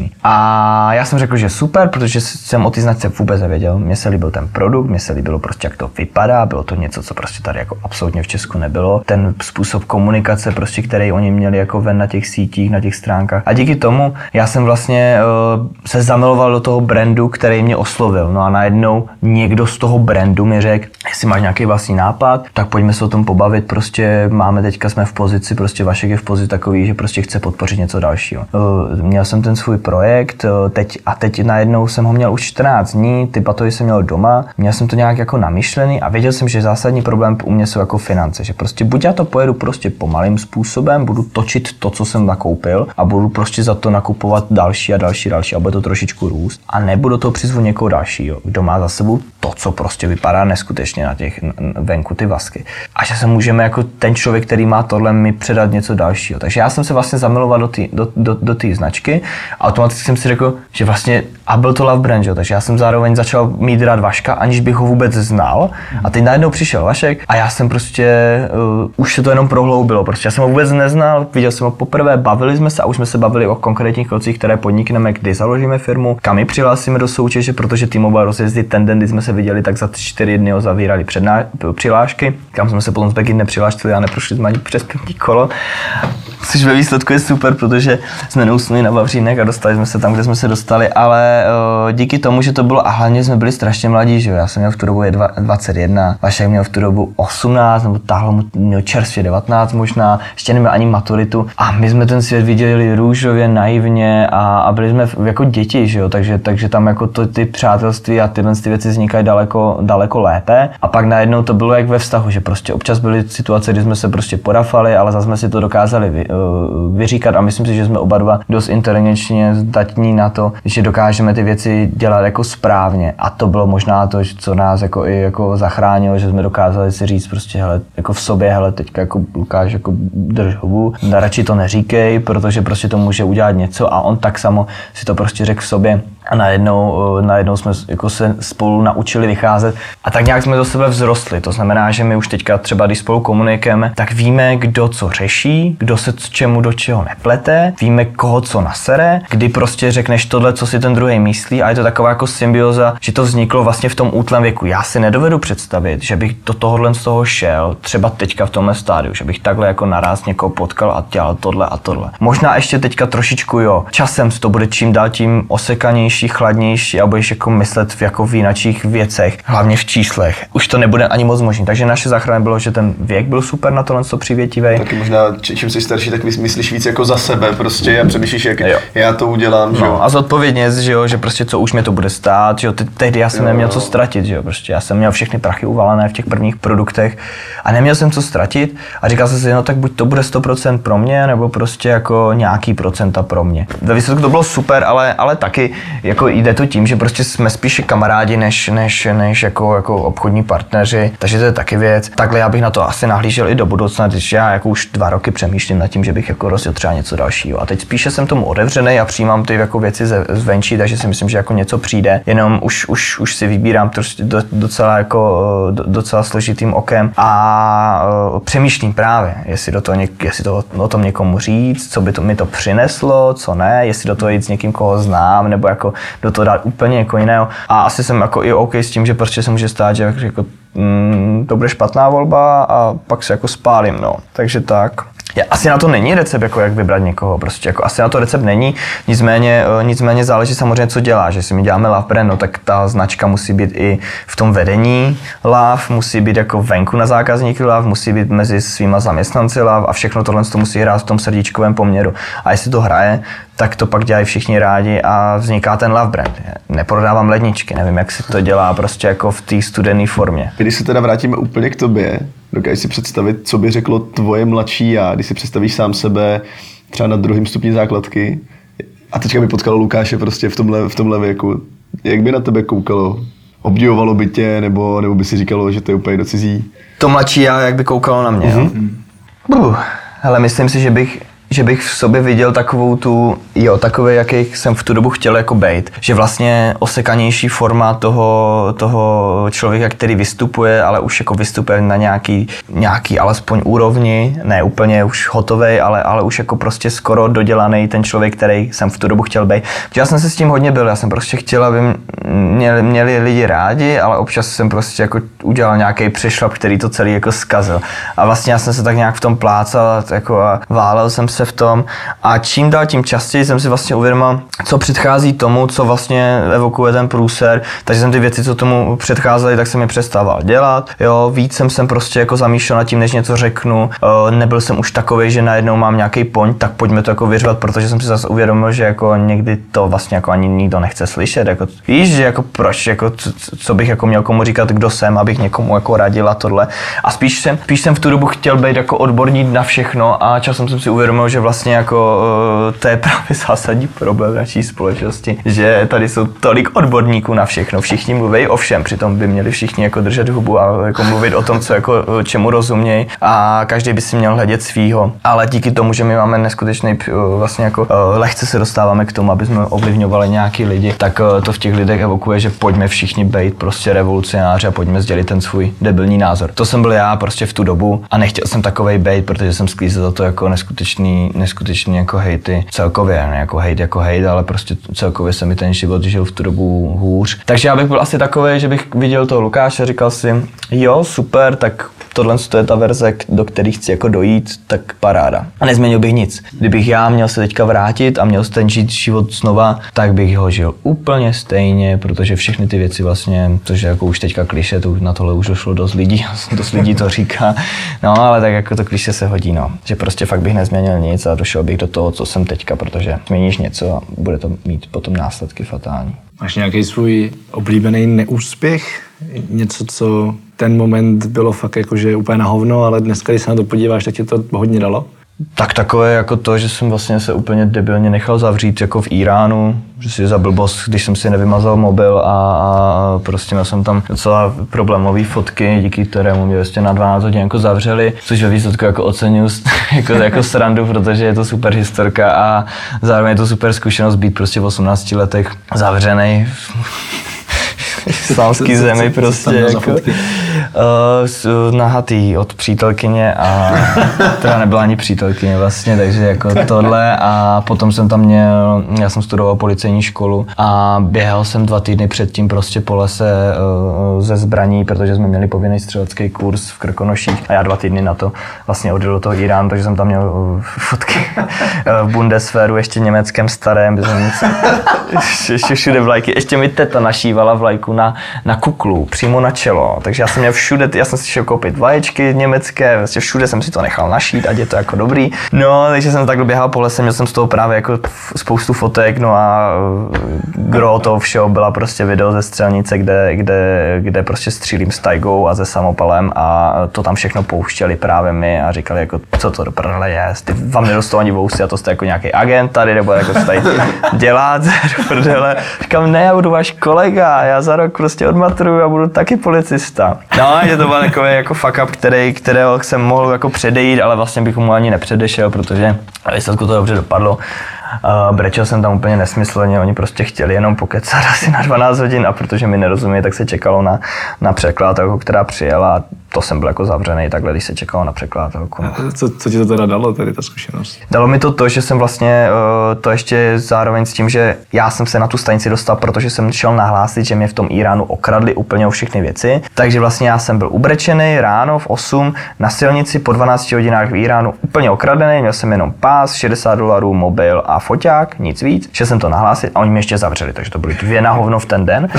A já jsem řekl, že super, protože jsem o té značce vůbec nevěděl. Mně se líbil ten produkt, mně se líbilo prostě, jak to vypadá, bylo to něco, co prostě tady jako absolutně v Česku nebylo. Ten způsob komunikace, prostě, který oni měli jako ven na těch sítích, na těch stránkách. A díky tomu já jsem vlastně uh, se zamiloval do toho brandu, který mě oslovil. No a najednou někdo z toho brandu mi řekl, jestli máš nějaký vlastní nápad, tak pojďme se o tom pobavit, prostě máme teďka, jsme v pozici, prostě Vašek je v pozici takový, že prostě chce podpořit něco dalšího. Uh, měl jsem ten svůj projekt uh, teď, a teď najednou jsem ho měl už čtrnáct dní, ty batohy jsem měl doma, měl jsem to nějak jako namyšlený a věděl jsem, že zásadní problém u mě jsou jako finance, že prostě buď já to pojedu prostě pomalým způsobem, budu točit to, co jsem nakoupil a budu prostě za to nakupovat další a další, další a bude to trošičku růst a nebo do toho přizvu někoho dalšího, kdo má za sebou to, co prostě vypadá neskutečně na těch venku ty vasky. A že se můžeme jako ten člověk, který má tohle, mi předat něco dalšího. Takže já jsem se vlastně zamiloval do té do, do, do značky a automaticky jsem si řekl, že vlastně a byl to love brand, jo, takže já jsem zároveň začal mít rád Vaška, aniž bych ho vůbec znal. A teď najednou přišel Vašek a já jsem prostě uh, už se to jenom prohloubilo, protože já jsem ho vůbec neznal, viděl jsem ho poprvé, bavili jsme se a už jsme se bavili o konkrétních krocích, které podnikneme, kdy založíme firmu, kam ji přihlásíme do soutěže, protože T-Mobile rozjezdí ten kdy jsme se viděli, tak za čtyři dny ho zavírali předná, přihlášky, kam jsme se potom z Begy nepřihlášili a neprošli jsme ani přes první kolo. Což ve výsledku je super, protože jsme neusnuli na Vavřínek a dostali jsme se tam, kde jsme se dostali, ale uh, díky tomu, že to bylo a hlavně jsme byli strašně mladí, že jo. Já jsem měl v tu dobu je dvacet jedna, Vašek měl v tu dobu osmnáct, nebo táhlo mu měl čerstvě devatenáct možná, ještě neměl ani maturitu a my jsme ten svět viděli růžově, naivně a, a byli jsme jako děti, že jo, takže, takže tam jako to, ty přátelství a tyhle ty věci vznikají daleko, daleko lépe a pak najednou to bylo jak ve vztahu, že prostě občas byly situace, kdy jsme se prostě porafali, ale zase jsme si to dokázali vy, uh, vyříkat a myslím si, že jsme oba dva dost inteligenčně zdatní na to, že dokážeme ty věci dělat jako správně a to bylo možná to, co nás jako i jako zachránilo, že jsme dokázali si říct prostě hele, jako v sobě, hele, teďka jako Lukáš, jako drž hubu, radši to neříkej, protože prostě to může udělat něco a on tak samo si to prostě řekl v sobě. A najednou, najednou jsme jako se spolu naučili vycházet a tak nějak jsme do sebe vzrostli. To znamená, že my už teďka třeba, když spolu komunikujeme, tak víme, kdo co řeší, kdo se čemu do čeho neplete, víme, koho co nasere, kdy prostě řekneš tohle, co si ten druhý myslí a je to taková jako symbioza, že to vzniklo vlastně v tom útlém věku. Já si nedovedu představit, že bych do tohohle z toho šel, třeba teďka v tomhle stádiu, že bych takhle jako naraz někoho potkal a dělal tohle a tohle. Možná ještě teďka trošičku jo. Časem to bude čím dál tím osekanější, chladnější a budeš jako myslet v jako v jináčích věcech, hlavně v číslech. Už to nebude ani moc možný. Takže naše záchrana bylo, že ten věk byl super na tohle, co přivětivý. Taky možná, čím jsi starší, tak myslíš víc jako za sebe prostě a přemýšlíš, jak jo. já to udělám, že jo. No, a zodpovědně, že jo, že prostě co už mě to bude stát, že jo, tehdy já jsem jo, neměl jo. co ztratit, že jo, prostě já jsem měl všechny prachy uvalené v těch prvních produktech a neměl jsem co ztratit a říkal jsem si, no tak buď to bude sto procent pro mě, nebo prostě jako nějaký procenta pro mě. Ve výsledku to bylo super, ale, ale taky jako jde to tím, že prostě jsme spíše kamarádi než, než, než jako, jako obchodní partneři, takže to je taky věc. Takhle já bych na to asi nahlížel i do budoucna, když já jako už dva roky přemýšlím nad tím, že bych jako rozjel třeba něco dalšího. A teď spíše jsem tomu otevřený a přijímám ty jako věci zvenčí, takže si myslím, že jako něco přijde. Jenom už, už, už si vybírám to docela jako docela složitým okem a uh, přemýšlím právě, jestli, do toho něk, jestli to o tom někomu říct, co by to mi to přineslo, co ne, jestli do toho jít s někým, koho znám, nebo jako do toho dát úplně jako jiného. A asi jsem jako i OK s tím, že prostě se může stát, že jako, mm, to bude špatná volba a pak se jako spálím, no. Takže tak. Asi na to není recept, jako jak vybrat někoho, prostě jako asi na to recept není, nicméně, nicméně záleží samozřejmě, co dělá, že si my děláme love brand, no, tak ta značka musí být i v tom vedení love, musí být jako venku na zákazníky love, musí být mezi svýma zaměstnanci love a všechno tohle to musí hrát v tom srdíčkovém poměru. A jestli to hraje, tak to pak dělají všichni rádi a vzniká ten love brand. Neprodávám ledničky, nevím, jak se to dělá prostě jako v té studené formě. Když se teda vrátíme úplně k tobě, dokážeš si představit, co by řeklo tvoje mladší já, když si představíš sám sebe třeba na druhém stupni základky a teďka by potkalo Lukáše prostě v tomhle, v tomhle věku. Jak by na tebe koukalo? Obdivovalo by tě, nebo, nebo by si říkalo, že to je úplně do cizí? To mladší já, jak by koukalo na mě, uh-huh. jo? Uh, hele, myslím si, že bych že bych v sobě viděl takovou tu, jo, takový, jaký jsem v tu dobu chtěl jako bejt. Že vlastně osekanější forma toho, toho člověka, který vystupuje, ale už jako vystupuje na nějaký, nějaký alespoň úrovni, ne úplně už hotovej, ale, ale už jako prostě skoro dodělaný ten člověk, který jsem v tu dobu chtěl bejt. Já jsem se s tím hodně byl, já jsem prostě chtěl, aby měli, měli lidi rádi, ale občas jsem prostě jako udělal nějaký přešlap, který to celý jako zkazil. A vlastně já jsem se tak nějak v tom plácal jako a válel jsem se v tom a čím dál tím častěji jsem si vlastně uvědomil, co předchází tomu, co vlastně evokuje ten průser, takže jsem ty věci, co tomu předcházely, tak jsem je přestával dělat. Jo, víc jsem jsem prostě jako zamýšlel nad tím, než něco řeknu. Nebyl jsem už takovej, že najednou mám nějaký point, tak pojďme to jako vyřvat, protože jsem si zase uvědomil, že jako někdy to vlastně jako ani nikdo nechce slyšet. Jako, víš, že jako proč, jako co, co bych jako měl komu říkat, kdo jsem, abych někomu jako radil a tohle. A spíš jsem, spíš jsem v tu dobu chtěl být jako odborník na všechno a časem jsem si uvědomil, že vlastně jako to je právě zásadní problém naší společnosti, že tady jsou tolik odborníků na všechno, všichni mluví o všem, přitom by měli všichni jako držet hubu a jako mluvit o tom, co jako čemu rozumějí a každý by si měl hledět svýho. Ale díky tomu, že my máme neskutečný vlastně jako lehce se dostáváme k tomu, aby jsme ovlivňovali nějaký lidi, tak to v těch lidech evokuje, že pojďme všichni být prostě revolucionáři a pojďme sdělit ten svůj debilní názor. To jsem byl já prostě v tu dobu a nechtěl jsem takovej bejt, protože jsem sklízel za to jako neskutečný, neskutečný jako hejty celkově, ne jako hejt jako hejt, ale prostě celkově se mi ten život žil v tu dobu hůř. Takže já bych byl asi takovej, že bych viděl toho Lukáše a říkal si, jo, super, tak tohle je ta verze, do které chci jako dojít, tak paráda. A nezměnil bych nic. Kdybych já měl se teďka vrátit a měl ten žít život znova, tak bych ho žil úplně stejně, protože všechny ty věci vlastně, což jako už teďka kliše, to na tohle už došlo dost lidí, dost lidí to říká, no ale tak jako to kliše se hodí, no. Že prostě fakt bych nezměnil nic a došel bych do toho, co jsem teďka, protože změníš něco a bude to mít potom následky fatální. Máš nějaký svůj oblíbený neúspěch? Něco, co ten moment bylo fakt jakože úplně na hovno, ale dneska, když se na to podíváš, tak ti to hodně dalo? Tak takové jako to, že jsem vlastně se úplně debilně nechal zavřít jako v Iránu, že si za blbost, když jsem si nevymazal mobil a, a prostě měl jsem tam docela problémové fotky, díky kterému mě vlastně na dvanáct hodin jako zavřeli, což ve výsledku jako oceňuji jako, jako srandu, protože je to super historka a zároveň je to super zkušenost být prostě v osmnácti letech zavřenej v islámský zemi prostě jako uh, nahatý od přítelkyně a teda nebyla ani přítelkyně vlastně, takže jako tohle a potom jsem tam měl, já jsem studoval policejní školu a běhal jsem dva týdny předtím prostě po lese uh, ze zbraní, protože jsme měli povinný střelecký kurz v Krkonoších a já dva týdny na to vlastně odjel do toho Iránu, takže jsem tam měl uh, fotky uh, v Bundeswehru, ještě německém starém, ještě všude vlajky, ještě mi teta našívala vlajku na, na kuklu, přímo na čelo, takže já jsem měl všude, já jsem si šel koupit vlaječky německé, vlastně všude jsem si to nechal našít, ať je to jako dobrý. No, takže jsem takhle běhal po lese, měl jsem z toho právě jako spoustu fotek, no a gro toho všeho byla prostě video ze střelnice, kde, kde, kde prostě střílím s tajgou a se samopalem a to tam všechno pouštěli právě mi a říkali jako, co to do prdele je, ty vám nedostou ani vousy a to jste jako nějaký agent tady, nebo jako tady dělat do prdele. Říkám, ne, já budu váš kolega, já za rok prostě odmaturuju a budu taky policista. No, že to byl takový jako fuck up, který, kterého jsem mohl jako předejít, ale vlastně bych mu ani nepředešel, protože výsledku to dobře dopadlo. Uh, brečel jsem tam úplně nesmyslně, oni prostě chtěli jenom pokecat asi na dvanáct hodin a protože mi nerozumí, tak se čekalo na, na překladatelku, která přijela a to jsem byl jako zavřený takhle, když se čekalo na překladatelku. No. Co, co ti to teda dalo, tady ta zkušenost? Dalo mi to to, že jsem vlastně uh, to ještě zároveň s tím, že já jsem se na tu stanici dostal, protože jsem šel nahlásit, že mě v tom Iránu okradli úplně o všechny věci, takže vlastně já jsem byl ubrečený ráno v osm na silnici po dvanácti hodinách v Iránu úplně okradený, měl jsem jenom pás, šedesát dolarů, mobil a foťák, nic víc, že jsem to nahlásit a oni mě ještě zavřeli, takže to byly dvě na hovno v ten den.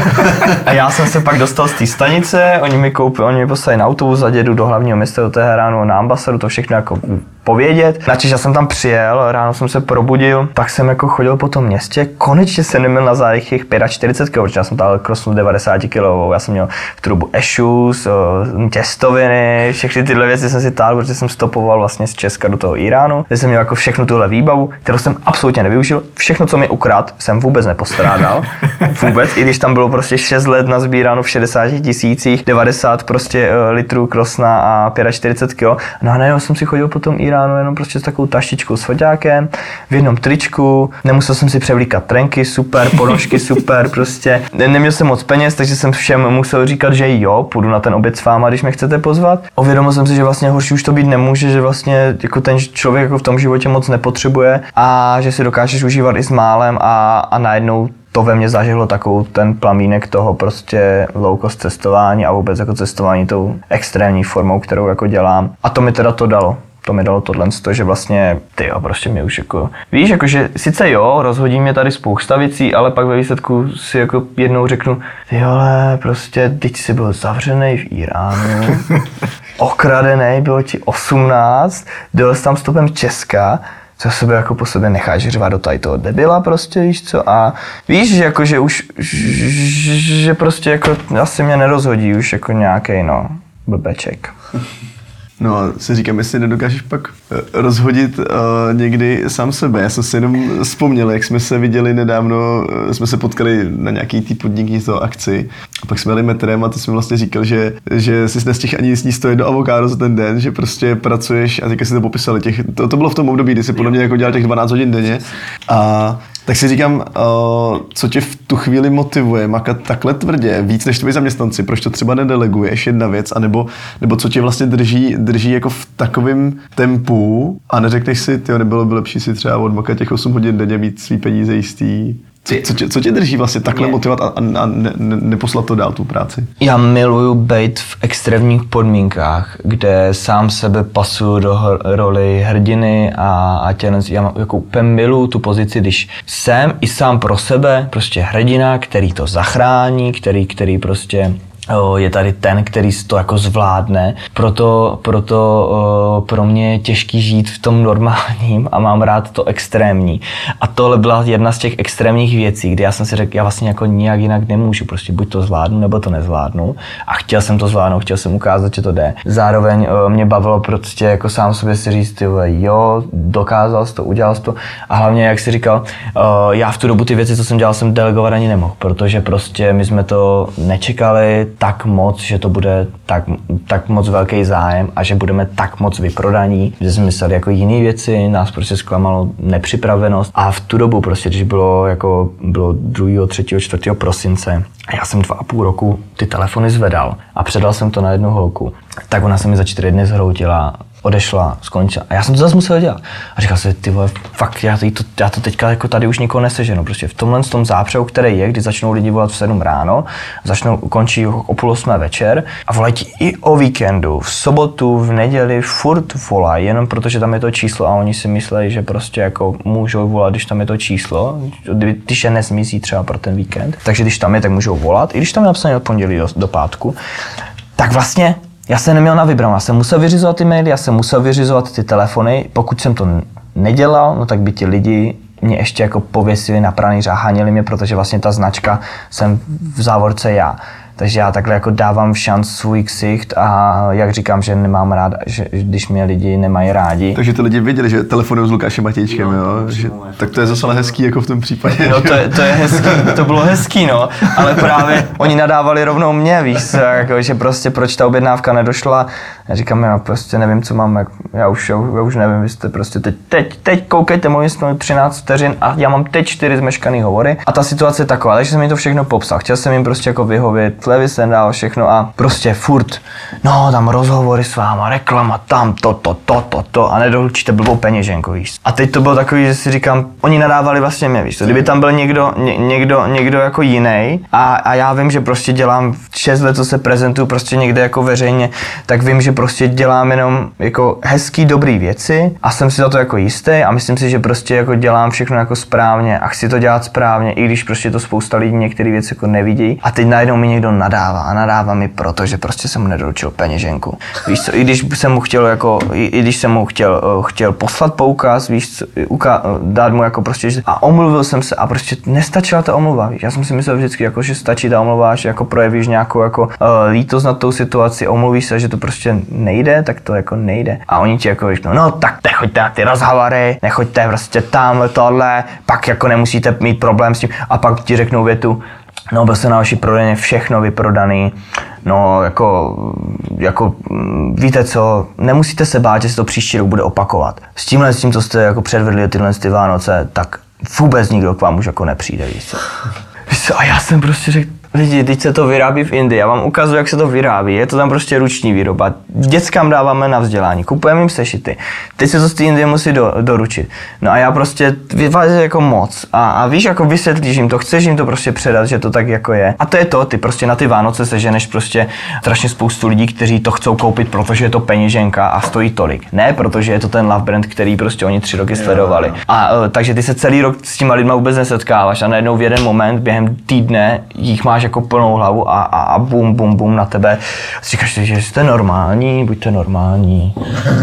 A já jsem se pak dostal z té stanice, oni mi koupili, oni mi poslali na autobus a jedu do hlavního města, do Teheránu, na ambasádu, to všechno jako povědět. Načež já jsem tam přijel, ráno jsem se probudil, tak jsem jako chodil po tom městě, konečně jsem neměl na zádech těch čtyřicet pět kilogramů, protože já jsem tady krosnul devadesát kilogramů, já jsem měl v trubu ešus, těstoviny, všechny tyhle věci jsem si táhl, protože jsem stopoval vlastně z Česka do toho Iránu, kde jsem měl jako všechnu tuhle výbavu, kterou jsem absolutně nevyužil, všechno, co mi ukrad, jsem vůbec nepostrádal, vůbec, i když tam bylo prostě šest let nazbíráno v šedesáti tisících, devadesát prostě litrů krosna a čtyřicet pět kilogramů, no a najednou jsem si chodil po tom Iránu ráno jenom prostě s takovou taštičkou s foťákem, v jednom tričku, nemusel jsem si převlíkat trenky, super, ponožky, super, prostě. Neměl jsem moc peněz, takže jsem všem musel říkat, že jo, půjdu na ten oběd s váma, když mě chcete pozvat. Uvědomil jsem si, že vlastně horší už to být nemůže, že vlastně jako ten člověk jako v tom životě moc nepotřebuje a že si dokážeš užívat i s málem a, a najednou to ve mně zažehlo takovou ten plamínek toho prostě low cost cestování a vůbec jako cestování tou extrémní formou, kterou jako dělám. A to mi teda to dalo. To mi dalo tohle, že vlastně, ty jo, prostě mě už jako, víš, jakože sice jo, rozhodí mě tady spousta věcí, ale pak ve výsledku si jako jednou řeknu, ty ale prostě, teď jsi byl zavřenej v Iránu, okradenej, bylo ti osmnáct, dojel jsi tam stopem Česka, co sebe jako po sobě necháš řvat do tady toho debila prostě, víš co, a víš, že jako, že už, že prostě jako asi mě nerozhodí už jako nějakej, no, blbeček. No a si říkám, jestli nedokážeš pak rozhodit uh, někdy sám sebe. Já jsem si jenom vzpomněl, jak jsme se viděli nedávno, jsme se potkali na nějaký tý podnikní toho akci a pak jsme jeli metrem a ty jsi mi vlastně říkal, že, že jsi nestihl ani sníst to jedno avokádo za ten den, že prostě pracuješ a teďka si to popisali. Těch, to, to bylo v tom období, kdy jsi podle mě jako dělal těch dvanáct hodin denně a tak si říkám, uh, co tě v tu chvíli motivuje makat takhle tvrdě, víc než tvoji zaměstnanci, proč to třeba nedeleguješ, jedna věc, anebo, nebo co tě vlastně drží, drží jako v takovém tempu a neřekneš si, tyjo, nebylo by lepší si třeba odmakat těch osm hodin denně, mít svý peníze jistý. Co, co, tě, co tě drží vlastně takhle motivovat a, a, a ne, ne, neposlat to dál tu práci? Já miluju být v extrémních podmínkách, kde sám sebe pasuju do hr, roli hrdiny a, a tě, já jako úplně miluju tu pozici, když jsem i sám pro sebe prostě hrdina, který to zachrání, který, který prostě je tady ten, který to jako zvládne, proto, proto o, pro mě je těžký žít v tom normálním a mám rád to extrémní. A tohle byla jedna z těch extrémních věcí, kdy já jsem si řekl, já vlastně jako nijak jinak nemůžu, prostě buď to zvládnu, nebo to nezvládnu. A chtěl jsem to zvládnout, chtěl jsem ukázat, že to jde. Zároveň o, mě bavilo prostě jako sám sobě si říct, ty vole, jo, dokázal jsi to, udělal jsi to. A hlavně, jak jsi říkal, o, já v tu dobu ty věci, co jsem dělal, jsem delegovat ani nemohl, protože prostě my jsme to nečekali tak moc, že to bude tak, tak moc velký zájem a že budeme tak moc vyprodaní, že jsme mysleli jako jiné věci, nás prostě zklamalo nepřipravenost a v tu dobu prostě, když bylo jako bylo druhého, třetího, čtvrtého prosince a já jsem dva a půl roku ty telefony zvedal a předal jsem to na jednu holku, tak ona se mi za čtyři dny zhroutila, odešla, skončila. A já jsem to zase musel dělat. A říkal jsem, ty vole, fakt, já to, já to teďka jako tady už nikoho neseženu. Prostě v tomhle tom zápřehu, který je, kdy začnou lidi volat v sedm ráno, začnou, končí o půl osmé večer a volají ti i o víkendu, v sobotu, v neděli, furt volají, jenom protože tam je to číslo a oni si myslí, že prostě jako můžou volat, když tam je to číslo, když je nezmizí třeba pro ten víkend. Takže když tam je, tak můžou volat, i když tam je napsané od pondělí do, do pátku. Tak vlastně já jsem neměl na vybranou, já jsem musel vyřizovat ty maily, já jsem musel vyřizovat ty telefony, pokud jsem to nedělal, no tak by ti lidi mě ještě jako pověsili na pranýř a hanili mě, protože vlastně ta značka jsem v závorce já. Takže já takhle jako dávám šanc svůj ksicht a jak říkám, že nemám rád, že když mě lidi nemají rádi. Takže ty lidi věděli, že telefonují s Lukášem Matějčkem, no, jo? Že, tak to je zase ale hezký jako v tom případě. No to je, to je hezký, to bylo hezký, no, ale právě oni nadávali rovnou mě, víš co, jako, že prostě proč ta objednávka nedošla. Já říkám, já prostě nevím, co mám, jak, já, už, já, já už nevím, vy jste prostě teď, teď, teď koukejte, mluvím s třináct vteřin a já mám teď čtyři zmeškaný hovory a ta situace je taková, takže jsem jim to všechno popsal, chtěl jsem jim prostě jako vyhovět, levy jsem dal všechno a prostě furt, no tam rozhovory s váma, reklama, tam to, to, to, to, to a nedoručíte blbou peněženku, víš. A teď to bylo takový, že si říkám, oni nadávali vlastně mě, víš, kdyby tam byl někdo, ně, někdo, někdo jako jiný a, a já vím, že prostě dělám šest let, co se prezentuju prostě někde jako veřejně, tak vím, že prostě dělám jenom jako hezký, dobrý věci a jsem si za to jako jistý a myslím si, že prostě jako dělám všechno jako správně a chci to dělat správně, i když prostě to spousta lidí některé věci jako nevidí a teď najednou mi někdo nadává a nadává mi proto, že prostě jsem mu nedoručil peněženku. Víš co, i když jsem mu chtěl jako, i, i když jsem mu chtěl, chtěl poslat poukaz, víš co, uka, dát mu jako prostě, a omluvil jsem se a prostě nestačila ta omluva, víš, já jsem si myslel vždycky jako, že stačí ta omluva, že jako projevíš nějakou jako uh, lítost nad tou situaci, omluvíš se, že to prostě nejde, tak to jako nejde. A oni ti jako řeknou, no tak nechoďte na ty rozhovory, nechoďte prostě tam, tohle, pak jako nemusíte mít problém s tím a pak ti řeknou větu, No, byl jsem na vaší prodejně, všechno vyprodaný. No, jako, jako, víte co, nemusíte se bát, že se to příští rok bude opakovat. S tímhle, s tím, co jste jako předvedli tyhle ty Vánoce, tak vůbec nikdo k vám už jako nepřijde, víš co. Víš co, a já jsem prostě řekl, lidi, teď se to vyrábí v Indii, já vám ukazuju, jak se to vyrábí, je to tam prostě ruční výroba. Dětskám dáváme na vzdělání, kupujeme jim sešity, teď se to z té Indie musí do, doručit. No a já prostě vyvážím jako moc a, a víš, jako vysvětlíš jim to, chceš jim to prostě předat, že to tak jako je. A to je to, ty prostě na ty Vánoce seženeš prostě strašně spoustu lidí, kteří to chcou koupit, protože je to peněženka a stojí tolik. Ne, protože je to ten love brand, který prostě oni tři roky sledovali. A takže ty se celý rok s těma lidma vůbec nesetkáváš a najednou v jeden moment během týdne jich máš jako plnou hlavu a, a, a bum, bum, bum na tebe. A říkáš, že jste normální, buďte normální.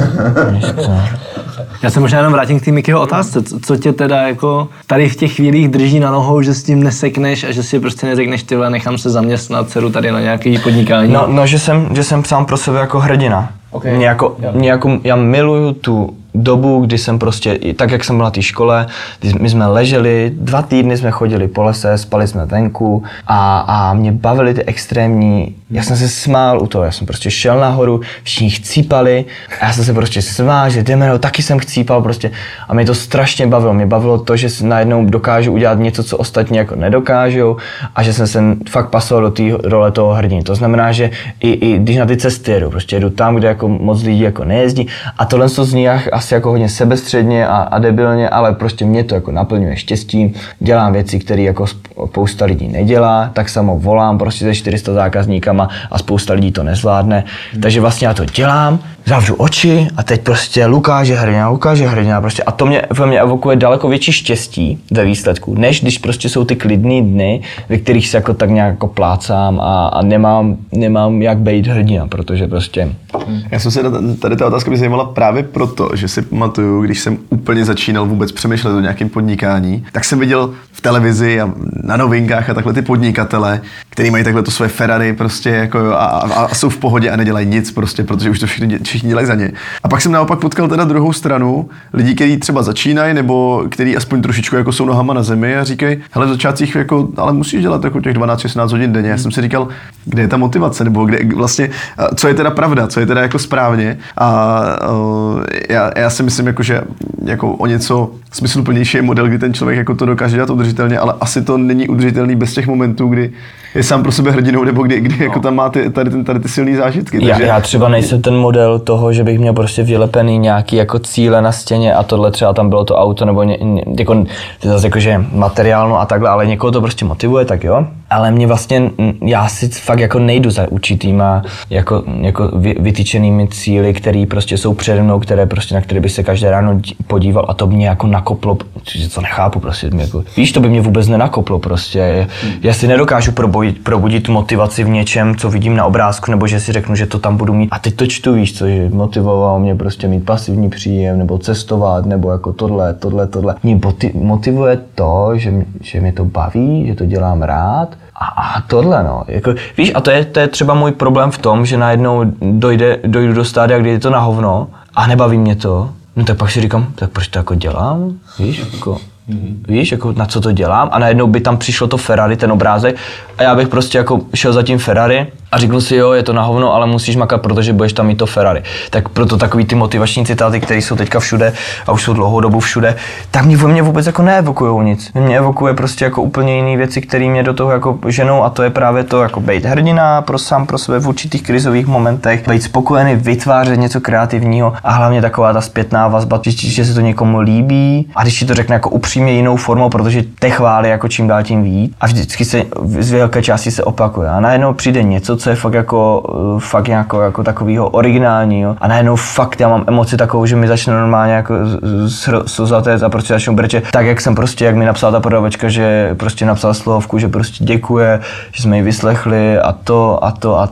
Já se možná jenom vrátím k té Mikyho otázce. Co, co tě teda jako tady v těch chvílích drží na nohou, že s tím nesekneš a že si prostě neřekneš, tyhle, nechám se zaměstnat, dceru tady na nějaký podnikání? No, no že, jsem, že jsem sám pro sebe jako hrdina. Okay. Mě jako, mě jako, já miluju tu dobu, kdy jsem prostě, tak jak jsem byl na té škole, my jsme leželi, dva týdny jsme chodili po lese, spali jsme venku a, a mě bavily ty extrémní, já jsem se smál u toho, já jsem prostě šel nahoru, všichni chcípali a já jsem se prostě smál, že jdeme, no, taky jsem chcípal prostě a mě to strašně bavilo, mě bavilo to, že najednou dokážu udělat něco, co ostatní jako nedokážou a že jsem se fakt pasoval do té role toho hrdiny. To znamená, že i, i když na ty cesty jedu, prostě jedu tam, kde jako moc lidí jako nejezdí a tohle to zní asi jako hodně sebestředně a, a debilně, ale prostě mě to jako naplňuje štěstím, dělám věci, které jako spousta lidí nedělá, tak samo volám prostě se čtyři sta zákazníkama a spousta lidí to nezvládne, hmm. takže vlastně já to dělám, zavřu oči a teď prostě Lukáš je hrdina, Lukáš je hrdina prostě a to mě, ve mě evokuje daleko větší štěstí ve výsledku, než když prostě jsou ty klidný dny, ve kterých se jako tak nějak jako plácám a, a nemám, nemám jak být hrdina, protože prostě... Já jsem se, tady ta otázka mě zajímala právě proto, že si pamatuju, když jsem úplně začínal vůbec přemýšlet o nějakém podnikání, tak jsem viděl v televizi a na novinkách a takhle ty podnikatele, který mají takhle to své Ferrari prostě jako a, a, a jsou v pohodě a nedělají nic prostě, protože už to všichni, všichni dělají za ně. A pak jsem naopak potkal teda druhou stranu, lidí, kteří třeba začínají nebo kteří aspoň trošičku jako jsou nohama na zemi a říkají, hele v začátcích jako, ale musíš dělat jako těch dvanáct šestnáct hodin denně. Já jsem si říkal, kde je ta motivace nebo kde vlastně, co je teda pravda, co je teda jako správně a uh, já, já si myslím jako, že jako o něco smysluplnější je model, kdy ten člověk jako to dokáže dělat udržitelně, ale asi to není udržitelný bez těch momentů, kdy je sám pro sebe hrdinou, nebo kdy, kdy no. jako tam má ty, tady, tady ty silný zážitky. Já, takže... já třeba nejsem ten model toho, že bych měl prostě vylepený nějaký jako cíle na stěně a tohle třeba tam bylo to auto, nebo ně, ně, jako, zase jakože materiálno a takhle, ale někoho to prostě motivuje, tak jo. Ale mě vlastně, já si fakt jako nejdu za určitýma jako, jako vy, vytyčenými cíly, které prostě jsou přede mnou, které prostě, na které by se každé ráno podíval a to mě jako nakoplo, co nechápu prostě, jako, víš, to by mě vůbec nenakoplo prostě. Já si nedokážu probudit, probudit motivaci v něčem, co vidím na obrázku, nebo že si řeknu, že to tam budu mít. A teď to čtu, víš co, že motivovalo mě prostě mít pasivní příjem, nebo cestovat, nebo jako tohle, tohle, tohle. Mě motivuje to, že, že mě to baví, že to dělám rád. A, a tohle no, jako, víš, a to je, to je třeba můj problém v tom, že najednou dojde, dojdu do stádia, kdy je to na hovno a nebaví mě to, no tak pak si říkám, tak proč to jako dělám, víš, jako, mm-hmm. víš, jako na co to dělám a najednou by tam přišlo to Ferrari, ten obrázek a já bych prostě jako šel za tím Ferrari a řekl si, jo, je to na hovno, ale musíš makat, protože budeš tam mít to Ferrari. Tak proto takový ty motivační citáty, které jsou teďka všude a už jsou dlouhou dobu všude, tak mě, mě vůbec jako neevokujou nic. Mě evokuje prostě jako úplně jiné věci, které mě do toho jako ženou a to je právě to jako být hrdina pro sám pro sebe v určitých krizových momentech, být spokojený, vytvářet něco kreativního a hlavně taková ta zpětná vazba, že se to někomu líbí a když ti to řekne jako upřímně jinou formou, protože te chválí jako čím dál tím víc a vždycky se z velké části se opakuje a najednou přijde něco, co je fakt jako, fakt jako, jako takovýho originálního a najednou fakt já mám emoci takovou, že mi začne normálně jako slzatec a prostě začnu brečet, tak jak jsem prostě, jak mi napsala ta prodavačka, že prostě napsala slovku, že prostě děkuje, že jsme ji vyslechli a to a to a to.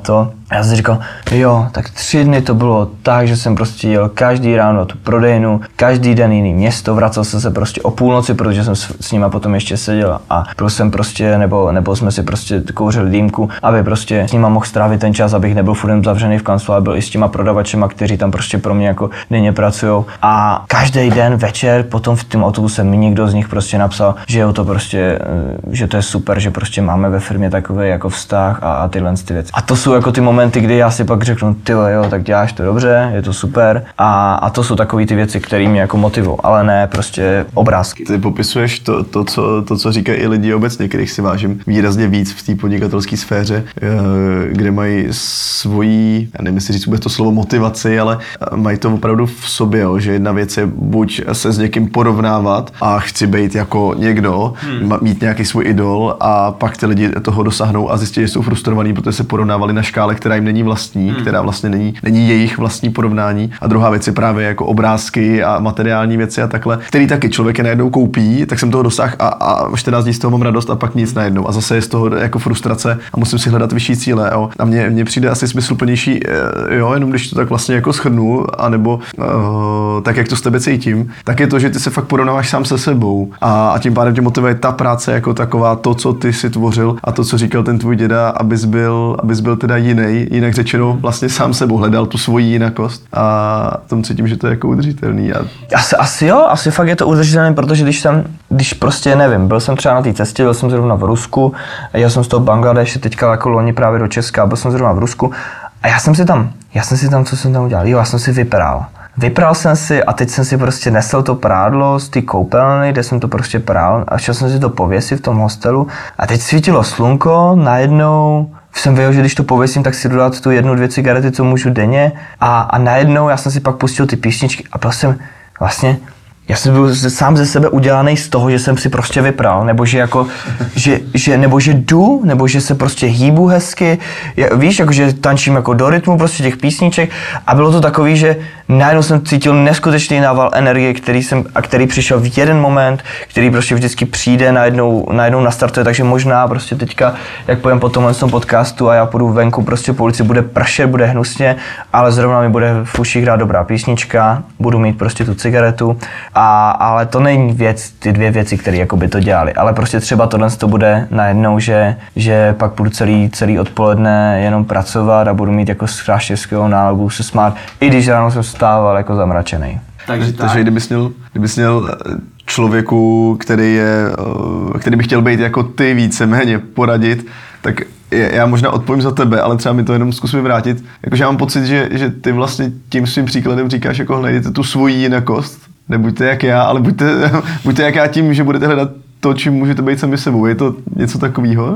A já jsem říkal, jo, tak tři dny to bylo tak, že jsem prostě jel každý ráno tu prodejnu, každý den jiný město, vracel jsem se prostě o půlnoci, protože jsem s, s nima potom ještě seděl a byl jsem prostě, nebo, nebo jsme si prostě kouřili dýmku, aby prostě s nima mohl strávit ten čas, abych nebyl furt zavřený v kanclu, ale byl i s těma prodavačema, kteří tam prostě pro mě jako denně pracují. A každý den večer potom v tom autobuse mi někdo z nich prostě napsal, že jo, to prostě, že to je super, že prostě máme ve firmě takový jako vztah a, a tyhle ty věci. A to jsou jako ty momenty, kdy já si pak řeknu, ty jo, tak děláš to dobře, je to super. A, a to jsou takové ty věci, které mě jako motivují, ale ne prostě obrázky. Ty popisuješ to, to, co, to, co říkají i lidi obecně, kterých si vážím výrazně víc v té podnikatelské sféře, kde mají svoji, já nevím, jestli říct vůbec to slovo motivaci, ale mají to opravdu v sobě, jo, že jedna věc je buď se s někým porovnávat a chci být jako někdo, hmm. mít nějaký svůj idol a pak ty lidi toho dosáhnou a zjistí, že jsou frustrovaní, protože se porovnávali na škále, která jim není vlastní, hmm. která vlastně není, není jejich vlastní porovnání. A druhá věc je právě jako obrázky a materiální věci a takhle, který taky člověk je najednou koupí, tak jsem toho dosáhl a, a čtrnáct dní z toho mám radost a pak nic najednou. A zase je z toho jako frustrace a musím si hledat vyšší cíle. Jo. A mně, mně přijde asi smysluplnější, jo, jenom když to tak vlastně jako shrnu, anebo uh, tak, jak to s tebe cítím, tak je to, že ty se fakt porovnáváš sám se sebou a, a tím pádem tě motivuje ta práce jako taková, to, co ty si tvořil a to, co říkal ten tvůj děda, abys byl, abys byl teda jiný, jinak řečeno vlastně sám sebou, hledal tu svoji jinakost a tom cítím, že to je jako udržitelný. A... Asi, asi jo, asi fakt je to udržitelný, protože když jsem, když prostě nevím, byl jsem třeba na té cestě, byl jsem zrovna v Rusku, jel jsem z toho Bangladeše teďka jako loni právě do Česka, byl jsem zrovna v Rusku a já jsem si tam, já jsem si tam, co jsem tam udělal, jo, já jsem si vypral. Vypral jsem si a teď jsem si prostě nesl to prádlo z té koupelny, kde jsem to prostě prál a šel jsem si to pověsit v tom hostelu a teď svítilo slunko, najednou jsem věděl, že když to pověsím, tak si dodat tu jednu, dvě cigarety, co můžu denně a, a najednou já jsem si pak pustil ty písničky a byl jsem vlastně, já jsem byl sám ze sebe udělaný z toho, že jsem si prostě vypral, nebo že jako, že, že, nebo že jdu, nebo že se prostě hýbu hezky, je, víš, jako že tančím jako do rytmu prostě těch písniček a bylo to takový, že najednou jsem cítil neskutečný nával energie, který jsem, a který přišel v jeden moment, který prostě vždycky přijde, najednou, najednou nastartuje, takže možná prostě teďka, jak pojem po tomhle podcastu a já půjdu venku prostě po ulici, bude pršet, bude hnusně, ale zrovna mi bude v uších hrát dobrá písnička, budu mít prostě tu cigaretu. A, ale to není věc, ty dvě věci, které jako by to dělali, ale prostě třeba tohle to bude najednou, že, že pak budu celý, celý odpoledne jenom pracovat a budu mít jako strašně skvělou náladu, budu se smát, i když ráno jsem stával jako zamračený. Takže, takže kdybys, měl, kdybys měl člověku, který, je, který by chtěl být jako ty víceméně poradit, tak já možná odpovím za tebe, ale třeba mi to jenom zkus vyvrátit. Jakože já mám pocit, že, že ty vlastně tím svým příkladem říkáš, jako hledejte tu svoji jinakost. Nebuďte jak já, ale buďte, buďte jak já tím, že budete hledat to, čím můžete být sami sebou. Je to něco takového?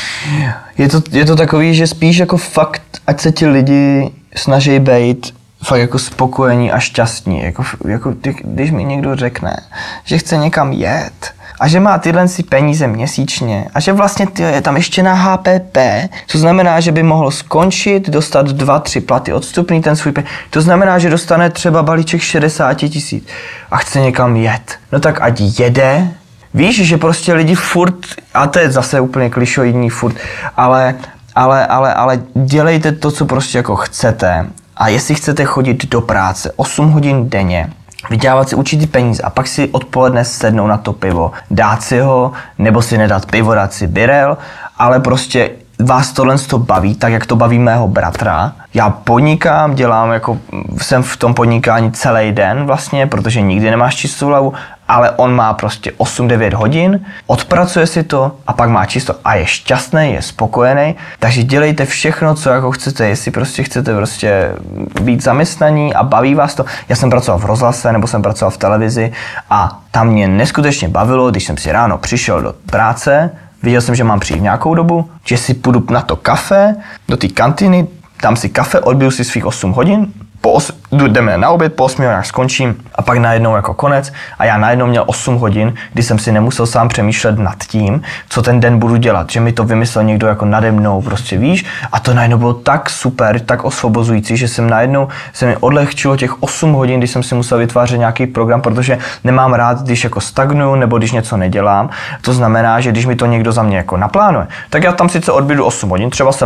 Je to, je to takový, že spíš jako fakt, ať se ti lidi snaží být fakt jako spokojení a šťastní. Jako, jako když mi někdo řekne, že chce někam jet a že má tyhle si peníze měsíčně a že vlastně tyjo, je tam ještě na H P P, to znamená, že by mohl skončit, dostat dva, tři platy odstupný ten svůj peníze. To znamená, že dostane třeba balíček šedesát tisíc a chce někam jet. No tak ať jede. Víš, že prostě lidi furt, a to je zase úplně klišoidní furt, ale, ale, ale, ale dělejte to, co prostě jako chcete. A jestli chcete chodit do práce osm hodin denně, vydělávat si určitý peníze a pak si odpoledne sednout na to pivo, dát si ho, nebo si nedat pivo, dát si birel, ale prostě vás tohle to baví, tak jak to baví mého bratra. Já podnikám, dělám jako, jsem v tom podnikání celý den vlastně, protože nikdy nemáš čistou hlavu, ale on má prostě osm devět hodin, odpracuje si to a pak má čisto a je šťastný, je spokojený, takže dělejte všechno, co jako chcete, jestli prostě chcete prostě být zaměstnaní a baví vás to. Já jsem pracoval v rozhlase nebo jsem pracoval v televizi a tam mě neskutečně bavilo, když jsem si ráno přišel do práce, viděl jsem, že mám přijít nějakou dobu, že si půjdu na to kafe, do té kantýny, dám si kafe, odbiju si svých osm hodin, po os, jdeme na oběd, po osmi hodinách skončím a pak najednou jako konec a já najednou měl osm hodin, kdy jsem si nemusel sám přemýšlet nad tím, co ten den budu dělat, že mi to vymyslel někdo jako nade mnou, prostě víš, a to najednou bylo tak super, tak osvobozující, že jsem najednou, se mi odlehčilo těch osm hodin, kdy jsem si musel vytvářet nějaký program, protože nemám rád, když jako stagnuju nebo když něco nedělám, to znamená, že když mi to někdo za mě jako naplánuje, tak já tam sice odbydu osm hodin, třeba jsem byl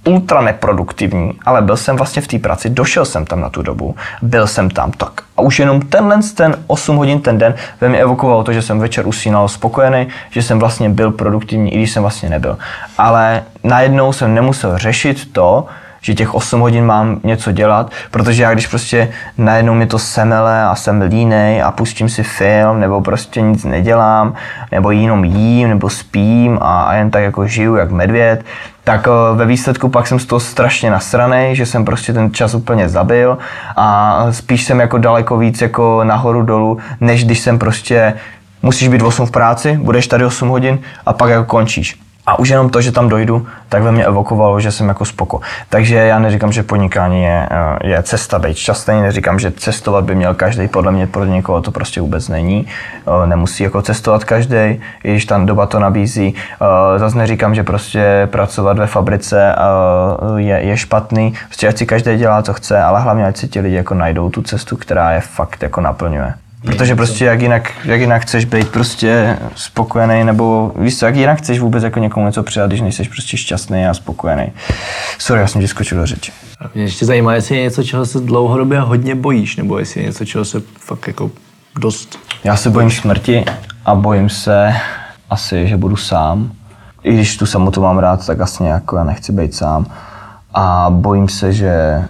ultra neproduktivní, ale byl jsem vlastně v té práci, došel jsem tam na tu dobu, byl jsem tam tak. A už jenom tenhle ten osm hodin ten den ve mě evokovalo to, že jsem večer usínal spokojený, že jsem vlastně byl produktivní, i když jsem vlastně nebyl. Ale najednou jsem nemusel řešit to, že těch osm hodin mám něco dělat, protože já když prostě najednou mi to semele a jsem línej a pustím si film, nebo prostě nic nedělám, nebo jenom jím, nebo spím a, a jen tak jako žiju jak medvěd, tak ve výsledku pak jsem z toho strašně nasranej, že jsem prostě ten čas úplně zabil a spíš jsem jako daleko víc jako nahoru dolů, než když jsem prostě musíš být osm v práci, budeš tady osm hodin a pak jako končíš. A už jenom to, že tam dojdu, tak ve mně evokovalo, že jsem jako spoko. Takže já neříkám, že podnikání je, je cesta být šťastný, neříkám, že cestovat by měl každý, podle mě pro někoho to prostě vůbec není. Nemusí jako cestovat každý, i když ta doba to nabízí. Zase neříkám, že prostě pracovat ve fabrice je, je špatný, prostě ať si každý dělá, co chce, ale hlavně ať si ti lidi jako najdou tu cestu, která je fakt jako naplňuje. Protože prostě jak jinak, jak jinak chceš být prostě spokojený, nebo víš co, jak jinak chceš vůbec jako někomu něco přidat, když nejseš prostě šťastný a spokojený. Sorry, já jsem ti skočil do řeči. Mě ještě zajímá, jestli je něco, čeho se dlouhodobě hodně bojíš, nebo jestli je něco, čeho se fakt jako dost... Já se bojím smrti a bojím se asi, že budu sám. I když tu samotu mám rád, tak asi jako já nechci být sám. A bojím se, že...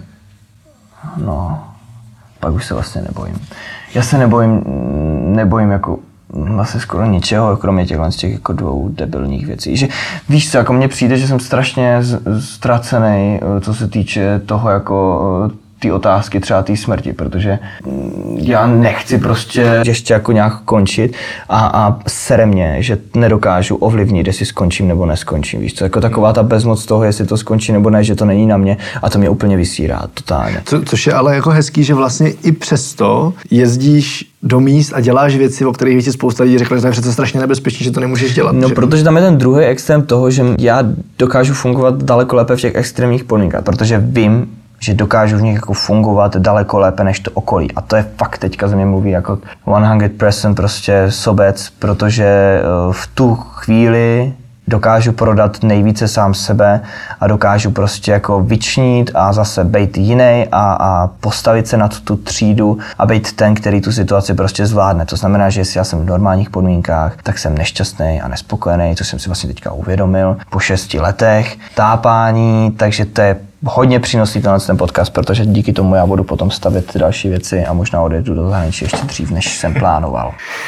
No... Pak už se vlastně nebojím. Já se nebojím, nebojím jako vlastně skoro ničeho, kromě těchhle z těch jako dvou debilních věcí. Že víš co, jako mně přijde, že jsem strašně ztracený, co se týče toho jako ty otázky třeba té smrti, protože já nechci prostě ještě jako nějak končit a, a sere mě, že nedokážu ovlivnit, jestli skončím nebo neskončím, víš co, jako taková ta bezmoc toho, jestli to skončí nebo ne, že to není na mě a to mě úplně vysírá, totálně. Co, což je ale jako hezký, že vlastně i přesto jezdíš do míst a děláš věci, o kterých ti spousta lidí řekla, že to je přece strašně nebezpečné, že to nemůžeš dělat. No, že? Protože tam je ten druhý extrém toho, že já dokážu fungovat daleko lépe v těch extrémních podmínkách, protože vím, že dokážu v nich jako fungovat daleko lépe než to okolí. A to je fakt teďka ze mě mluví jako sto procent prostě sobec, protože v tu chvíli dokážu prodat nejvíce sám sebe a dokážu prostě jako vyčnít a zase být jiný a, a postavit se na tu, tu třídu a být ten, který tu situaci prostě zvládne. To znamená, že jestli já jsem v normálních podmínkách, tak jsem nešťastný a nespokojený, což jsem si vlastně teďka uvědomil po šesti letech tápání, takže to je hodně přínosný tenhle ten podcast, protože díky tomu já budu potom stavět další věci a možná odjedu do zahraničí ještě dřív, než jsem plánoval.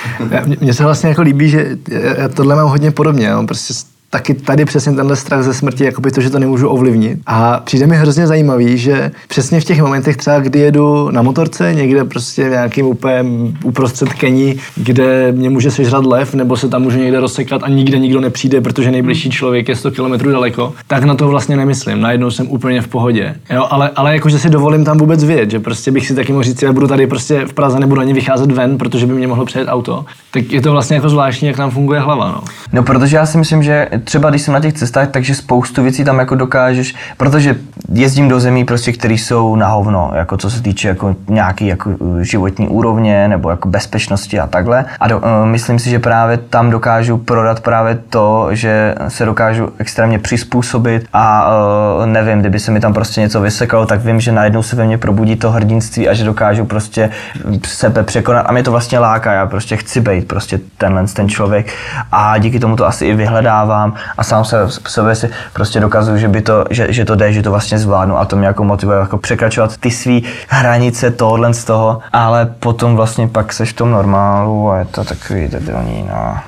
Mně se vlastně jako líbí, že já tohle mám hodně podobně. Já mám prostě taky tady přesně tenhle strach ze smrti, jakoby to, že to nemůžu ovlivnit. A přijde mi hrozně zajímavý, že přesně v těch momentech třeba, kdy jedu na motorce, někde prostě v nějakým úplně uprostřed Keni, kde mě může sežrat lev, nebo se tam můžu někde rozsekat a nikde nikdo nepřijde, protože nejbližší člověk je sto kilometrů daleko, tak na to vlastně nemyslím. Najednou jsem úplně v pohodě. Jo, ale, ale jakože si dovolím tam vůbec vyjet, že prostě bych si taky mohl říct, já budu tady prostě v Praze, nebudu ani vycházet ven, protože by mě mohlo přejet auto. Tak je to vlastně jako zvláštní, jak nám funguje hlava, no. No, protože já si myslím, že třeba když jsem na těch cestách, takže spoustu věcí tam jako dokážeš, protože jezdím do zemí prostě, které jsou na hovno, jako co se týče jako nějaký jako životní úrovně nebo jako bezpečnosti a takhle. A do, uh, myslím si, že právě tam dokážu prodat právě to, že se dokážu extrémně přizpůsobit a uh, nevím, kdyby se mi tam prostě něco vysekalo, tak vím, že najednou se ve mně probudí to hrdinství a že dokážu prostě sebe překonat a mě to vlastně láká, já prostě chci být prostě tenhle ten člověk a díky tomu to asi i vyhledávám a sám se v sobě si prostě dokazuju, že, by to, že, že to jde, že to vlastně zvládnu a to mě jako motivuje jako překračovat ty svý hranice tohle z toho, ale potom vlastně pak seš v tom normálu a je to takový debilní, no.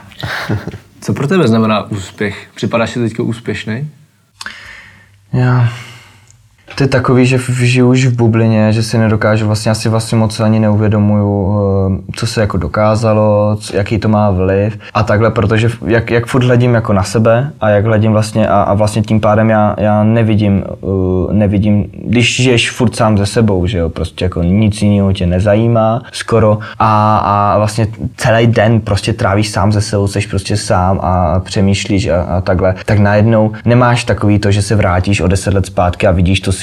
Co pro tebe znamená úspěch? Připadáš si teďko úspěšný? Já... To je takový, že žiju už v bublině, že si nedokážu, vlastně asi vlastně moc ani neuvědomuju, co se jako dokázalo, jaký to má vliv a takhle, protože jak, jak furt hledím jako na sebe a jak hledím vlastně a, a vlastně tím pádem já, já nevidím, uh, nevidím, když žiješ furt sám ze sebou, že jo, prostě jako nic jiného tě nezajímá skoro a, a vlastně celý den prostě trávíš sám ze sebou, jsi prostě sám a přemýšlíš a, a takhle, tak najednou nemáš takový to, že se vrátíš o deset let zpátky a vidíš to svět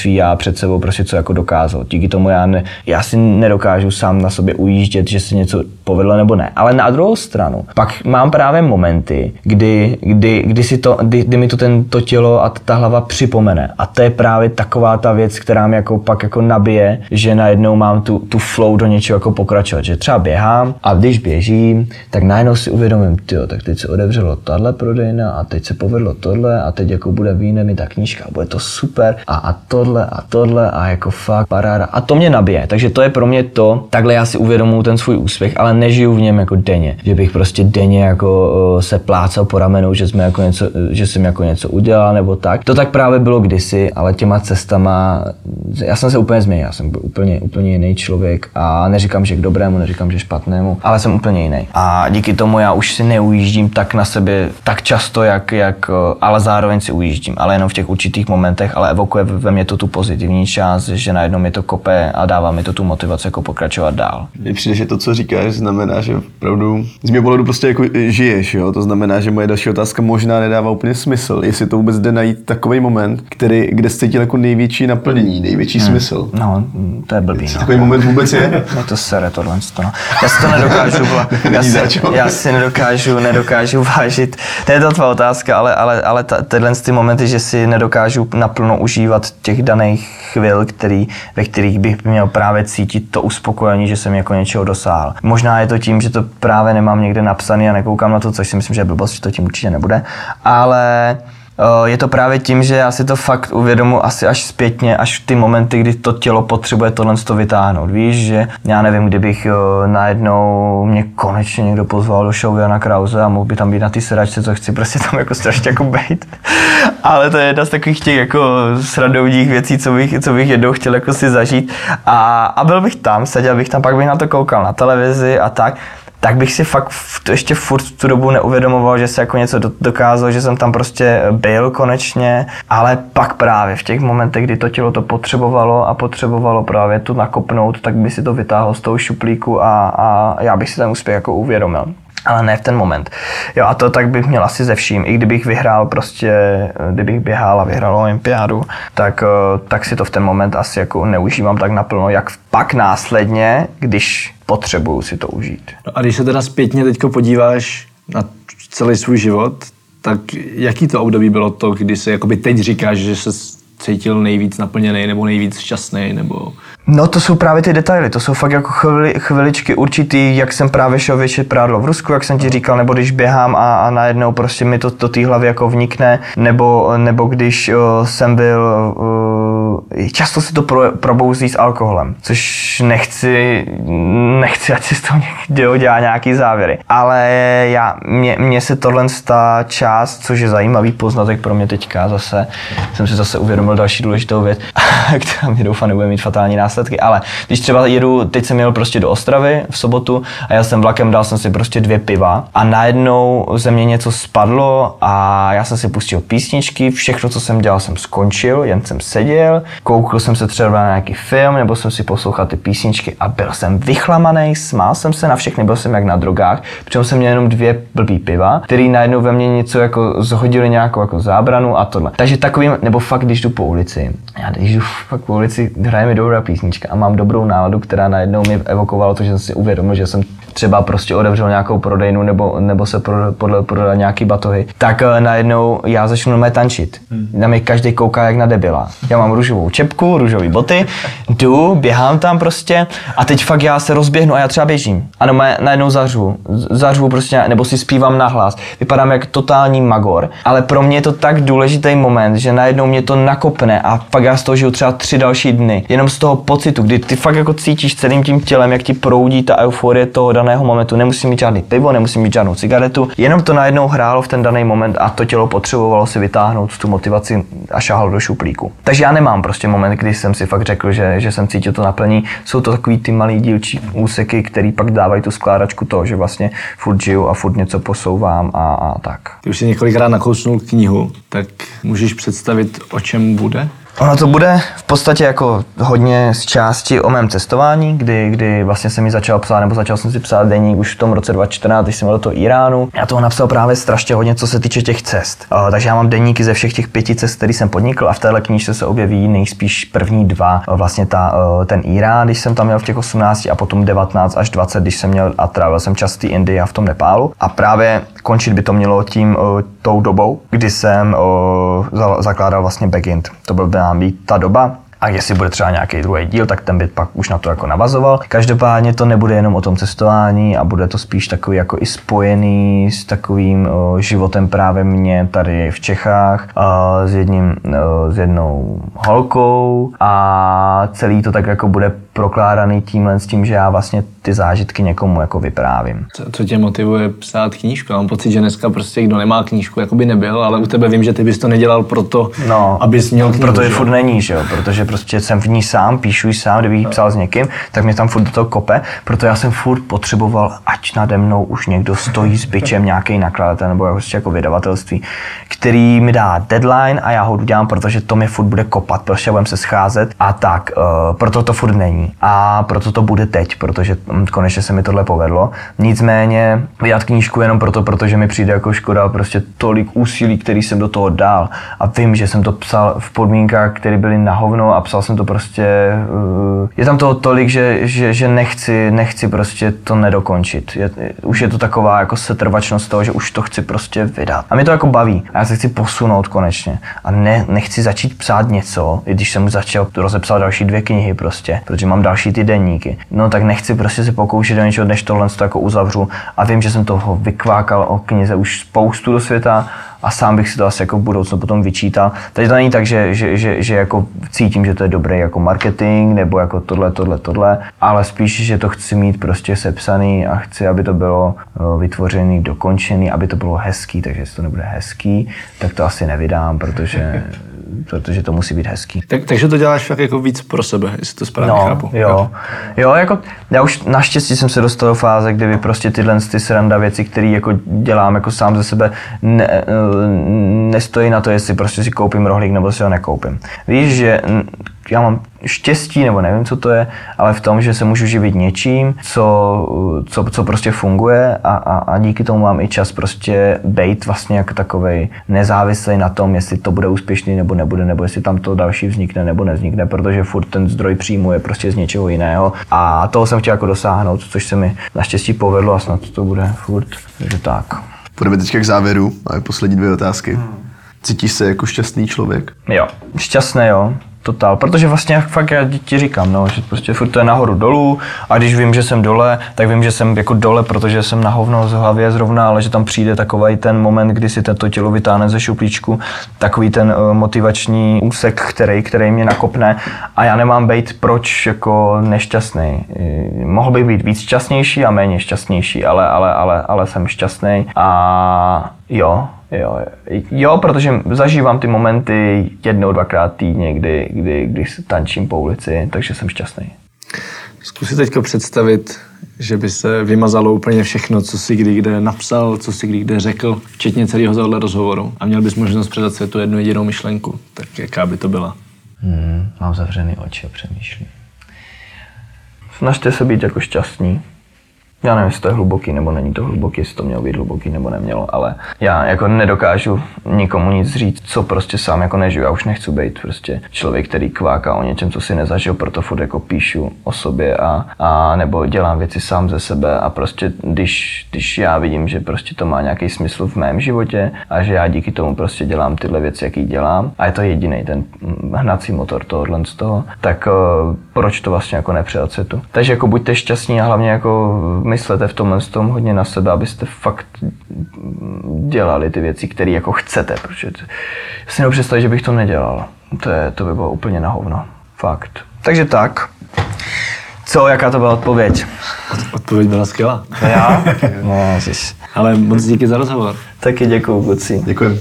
svý já před sebou prostě co jako dokázal. Díky tomu já, ne, já si nedokážu sám na sobě ujíždět, že se něco povedlo nebo ne. Ale na druhou stranu, pak mám právě momenty, kdy, kdy, kdy, si to, kdy, kdy mi to ten, to tělo a ta hlava připomene. A to je právě taková ta věc, která mě jako pak jako nabije, že najednou mám tu, tu flow do něčeho jako pokračovat. Že třeba běhám a když běžím, tak najednou si uvědomím, tyjo, tak teď se otevřelo tahle prodejna a teď se povedlo tohle a teď jako bude vyjde mi ta knížka, bude to super a, a tohle a tohle a jako fakt paráda. A to mě nabije. Takže to je pro mě to, takhle já si uvědomuji ten svůj úspěch, ale nežiju v něm jako denně. Že bych prostě denně jako uh, se plácal po ramenou, že jsme jako něco, že jsem jako něco udělal nebo tak. To tak právě bylo kdysi, ale těma cestama, já jsem se úplně změnil, já jsem byl úplně, úplně jiný člověk a neříkám, že k dobrému, neříkám, že špatnému, ale jsem úplně jiný. A díky tomu já už si neujíždím tak na sebe tak často, jak, jak ale zároveň si ujíždím, ale jenom v těch určitých momentech, ale evokuje ve mně to tu pozitivní část, že najednou mi to kope a dává mi to tu motivaci jako pokračovat dál. Mně přijde, že to, co říkáš, znamená, že opravdu z mého pohledu prostě jako žiješ, jo? To znamená, že moje další otázka možná nedává úplně smysl, jestli to vůbec jde najít takový moment, který, kde jsi cítil jako největší naplnění, největší hmm. smysl. No, to je blbý. No. Takový moment vůbec je? Mě to sere tohle. No. Já si to nedokážu, já, si, já si nedokážu, nedokážu vážit. To je to tvá otázka, ale, ale, ale ta, tyhle ty momenty, že si nedokážu naplno užívat těch daných chvil, který, ve kterých bych měl právě cítit to uspokojení, že jsem jako něčeho dosáhl. Možná je to tím, že to právě nemám někde napsaný a nekoukám na to, což si myslím, že je blbost, že to tím určitě nebude, ale je to právě tím, že já si to fakt uvědomu asi až zpětně, až v ty momenty, kdy to tělo potřebuje tohle to vytáhnout. Víš, že já nevím, kdybych najednou mě konečně někdo pozval do show Jana Krause a mohl by tam být na té sedačce, co chci prostě tam jako strašně jako bejt. Ale to je jedna z takových těch jako srandovních věcí, co bych, co bych jednou chtěl jako si zažít. A, a byl bych tam, seděl bych tam, pak bych na to koukal na televizi a tak. Tak bych si fakt to ještě furt v tu dobu neuvědomoval, že se jako něco dokázal, že jsem tam prostě byl konečně, ale pak právě v těch momentech, kdy to tělo to potřebovalo a potřebovalo právě tu nakopnout, tak by si to vytáhlo z toho šuplíku a, a já bych si ten úspěch jako uvědomil. Ale ne v ten moment. Jo, a to tak bych měl asi ze vším. I kdybych vyhrál prostě, kdybych běhal a vyhrál olympiádu, tak, tak si to v ten moment asi jako neužívám tak naplno, jak pak následně, když potřebuju si to užít. No a když se teda zpětně teďko podíváš na celý svůj život, tak jaký to období bylo to, kdy se jakoby teď říkáš, že se cítil nejvíc naplněný nebo nejvíc šťastný, nebo... No to jsou právě ty detaily, to jsou fakt jako chvili, chviličky určitý, jak jsem právě šel většit prádlo v Rusku, jak jsem ti říkal, nebo když běhám a, a najednou prostě mi to do té hlavy jako vnikne, nebo, nebo když uh, jsem byl, uh, často si to pro, probouzí s alkoholem, což nechci, nechci, ať si z toho někdo dělá nějaký závěry, ale já, mě, mě se tohle ta část, což je zajímavý poznatek pro mě teďka zase, jsem si zase uvědomil další důležitou věc, která mě doufám nebude mít fatální následky. Ale když třeba jedu, teď jsem jel prostě do Ostravy v sobotu a jel jsem vlakem, dal jsem si prostě dvě piva a najednou ze mě něco spadlo a já jsem si pustil písničky, všechno, co jsem dělal, jsem skončil, jen jsem seděl, koukl jsem se třeba na nějaký film nebo jsem si poslouchal ty písničky a byl jsem vychlamaný, smál jsem se na všechny, byl jsem jak na drogách, přitom jsem měl jenom dvě blbý piva, který najednou ve mně něco jako zhodili nějakou jako zábranu a tohle. Takže takovým, nebo fakt, když jdu po ulici, já když jdu fakt po ulici, hraje mi dobrá písnička a mám dobrou náladu, která najednou mi evokovala to, že jsem si uvědomil, že jsem třeba prostě otevřel nějakou prodejnu nebo, nebo se prodal, prodal nějaký batohy, tak najednou já začnu normálně tančit. Na mě každý kouká jak na debila. Já mám růžovou čepku, růžové boty, jdu, běhám tam prostě a teď fakt já se rozběhnu a já třeba běžím. A najednou zařvu, zařvu prostě, nebo si zpívám nahlas. Vypadám jak totální magor, ale pro mě je to tak důležitý moment, že najednou mě to nakopne a pak já z toho žiju třeba tři další dny. Jenom z toho pocitu, kdy ty fakt jako cítíš celým tím tělem, jak ti proudí ta euforie toho daného momentu. Nemusím mít žádný pivo, nemusím mít žádnou cigaretu, jenom to najednou hrálo v ten daný moment a to tělo potřebovalo si vytáhnout tu motivaci a šáhlo do šuplíku. Takže já nemám prostě moment, kdy jsem si fakt řekl, že, že jsem cítil to naplní. Jsou to takový ty malý dílčí úseky, který pak dávají tu skládačku toho, že vlastně furt žiju a furt něco posouvám a, a tak. Ty už si několikrát nakousnul knihu, tak můžeš představit, o čem bude? Ono to bude v podstatě jako hodně z části o mém cestování, kdy, kdy vlastně jsem mi začal psát, nebo začal jsem si psát deník už v tom roce dva tisíce čtrnáct, když jsem byl do toho Iránu. Já toho napsal právě strašně hodně, co se týče těch cest. Uh, takže já mám deníky ze všech těch pěti cest, který jsem podnikl a v téhle knížce se objeví nejspíš první dva, uh, vlastně ta, uh, ten Irán, když jsem tam měl v těch osmnácti a potom devatenáct až dvacet, když jsem měl a trávil jsem častý Indii a v tom Nepálu. A právě končit by to mělo tím uh, tou dobou, kdy jsem uh, zakládal vlastně Backend. To byl být ta doba. A jestli bude třeba nějaký druhý díl, tak ten by pak už na to jako navazoval. Každopádně to nebude jenom o tom cestování a bude to spíš takový jako i spojený s takovým o, životem právě mě tady v Čechách, o, s, jedním, o, s jednou holkou a celý to tak jako bude prokládaný tímhle s tím, že já vlastně ty zážitky někomu jako vyprávím. Co, co tě motivuje psát knížku? Já mám pocit, že dneska prostě kdo nemá knížku, jako by nebyl, ale u tebe vím, že ty bys to nedělal proto, no, abys měl knížku. Protože furt není, že jo? Protože prostě jsem v ní sám, píšu ji sám, kdybych ji psal s někým, tak mě tam furt do toho kope, proto já jsem furt potřeboval, ať nade mnou už někdo stojí s bičem, nějaký nakladatel nebo prostě jako vydavatelství, který mi dá deadline a já ho udělám, protože to mi furt bude kopat, prostě budeme se scházet a tak, uh, proto to furt není. A proto to bude teď, protože konečně se mi tohle povedlo. Nicméně vydat knížku jenom proto, protože mi přijde jako škoda prostě tolik úsilí, který jsem do toho dal. A vím, že jsem to psal v podmínkách, které byly na hovno a psal jsem to prostě... Uh, je tam toho tolik, že, že, že nechci, nechci prostě to nedokončit. Je, už je to taková jako setrvačnost toho, že už to chci prostě vydat. A mě to jako baví. A já se chci posunout konečně. A ne, nechci začít psát něco, i když jsem začal rozepsat další dvě knihy prostě, protože mám další ty deníky. No tak nechci prostě se pokoušet do něčeho, než tohle to jako uzavřu a vím, že jsem toho vykvákal o knize už spoustu do světa a sám bych si to asi jako v budoucnu potom vyčítal. Takže to není tak, že, že, že, že jako cítím, že to je dobrý jako marketing nebo jako tohle, tohle, tohle, ale spíš, že to chci mít prostě sepsaný a chci, aby to bylo vytvořený, dokončený, aby to bylo hezký, takže jestli to nebude hezký, tak to asi nevydám, protože protože to musí být hezký. Tak, takže to děláš fakt jako víc pro sebe, jestli to správně no, chápu. Jo. jo, jako já už naštěstí jsem se dostal do fáze, kdy prostě tyhle ty sranda věci, které jako dělám jako sám ze sebe, ne, nestojí na to, jestli prostě si koupím rohlík nebo si ho nekoupím. Víš, že já mám štěstí, nebo nevím, co to je, ale v tom, že se můžu živit něčím, co, co, co prostě funguje a, a, a díky tomu mám i čas prostě bejt vlastně jako takovej nezávislý na tom, jestli to bude úspěšný nebo nebude, nebo jestli tam to další vznikne nebo nevznikne, protože furt ten zdroj příjmu je prostě z něčeho jiného a toho jsem chtěl jako dosáhnout, což se mi naštěstí povedlo a snad to bude furt, takže tak. Půjdeme teďka k závěru, máme poslední dvě otázky. Cítíš se jako šťastný člověk? Jo, šťastný, jo. Totál, protože vlastně fakt já ti říkám, no, že prostě furt to je nahoru dolů a když vím, že jsem dole, tak vím, že jsem jako dole, protože jsem na hovno z hlavě zrovna, ale že tam přijde takový ten moment, kdy si tento tělo vytáhne ze šuplíčku, takový ten uh, motivační úsek, který, který mě nakopne a já nemám být proč jako nešťastný. Mohl bych být víc šťastnější a méně šťastnější, ale, ale, ale, ale jsem šťastný a jo. Jo, jo, protože zažívám ty momenty jednou, dvakrát týdně, kdy, kdy, kdy tančím po ulici, takže jsem šťastný. Zkus si teďka představit, že by se vymazalo úplně všechno, co jsi kdy kde napsal, co jsi kdy kde řekl, včetně celého tohoto rozhovoru. A měl bys možnost předat světu jednu jedinou myšlenku. Tak jaká by to byla? Hmm, mám zavřený oči a přemýšlím. Snažte se být jako šťastní. Já nevím, jestli to je hluboký nebo není to hluboký, jestli to mělo být hluboký nebo nemělo, ale já jako nedokážu nikomu nic říct, co prostě sám jako nežiju. Já už nechci být prostě člověk, který kváká o něčem, co si nezažil, proto furt jako píšu o sobě a, a nebo dělám věci sám ze sebe a prostě když, když já vidím, že prostě to má nějaký smysl v mém životě a že já díky tomu prostě dělám tyhle věci, jaký dělám a je to jediný ten hnací motor tohohle z toho, tak uh, proč to vlastně jako nepředat světu. Takže jako buďte šťastní a hlavně jako myslete v tomhle tom hodně na sebe, abyste fakt dělali ty věci, které jako chcete, protože to, já si nepředstavit, že bych to nedělal. To, je, to by bylo úplně na hovno. Fakt. Takže tak. Co, jaká to byla odpověď? Odpověď byla skvělá. Já? No, jsi. Ale moc díky za rozhovor. Taky děkuju, kluci. Děkujem.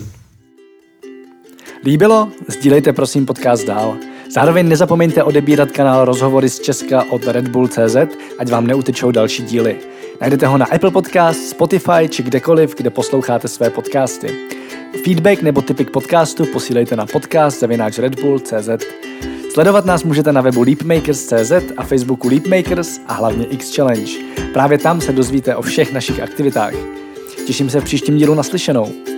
Líbilo? Sdílejte prosím podcast dál. Zároveň nezapomeňte odebírat kanál Rozhovory z Česka od Red Bull tečka cé zet, ať vám neutečou další díly. Najdete ho na Apple Podcast, Spotify či kdekoliv, kde posloucháte své podcasty. Feedback nebo tipy k podcastu posílejte na podcast zavináč redbull tečka cz. Sledovat nás můžete na webu leapmakers tečka cz a Facebooku Leapmakers a hlavně X Challenge. Právě tam se dozvíte o všech našich aktivitách. Těším se v příštím dílu naslyšenou.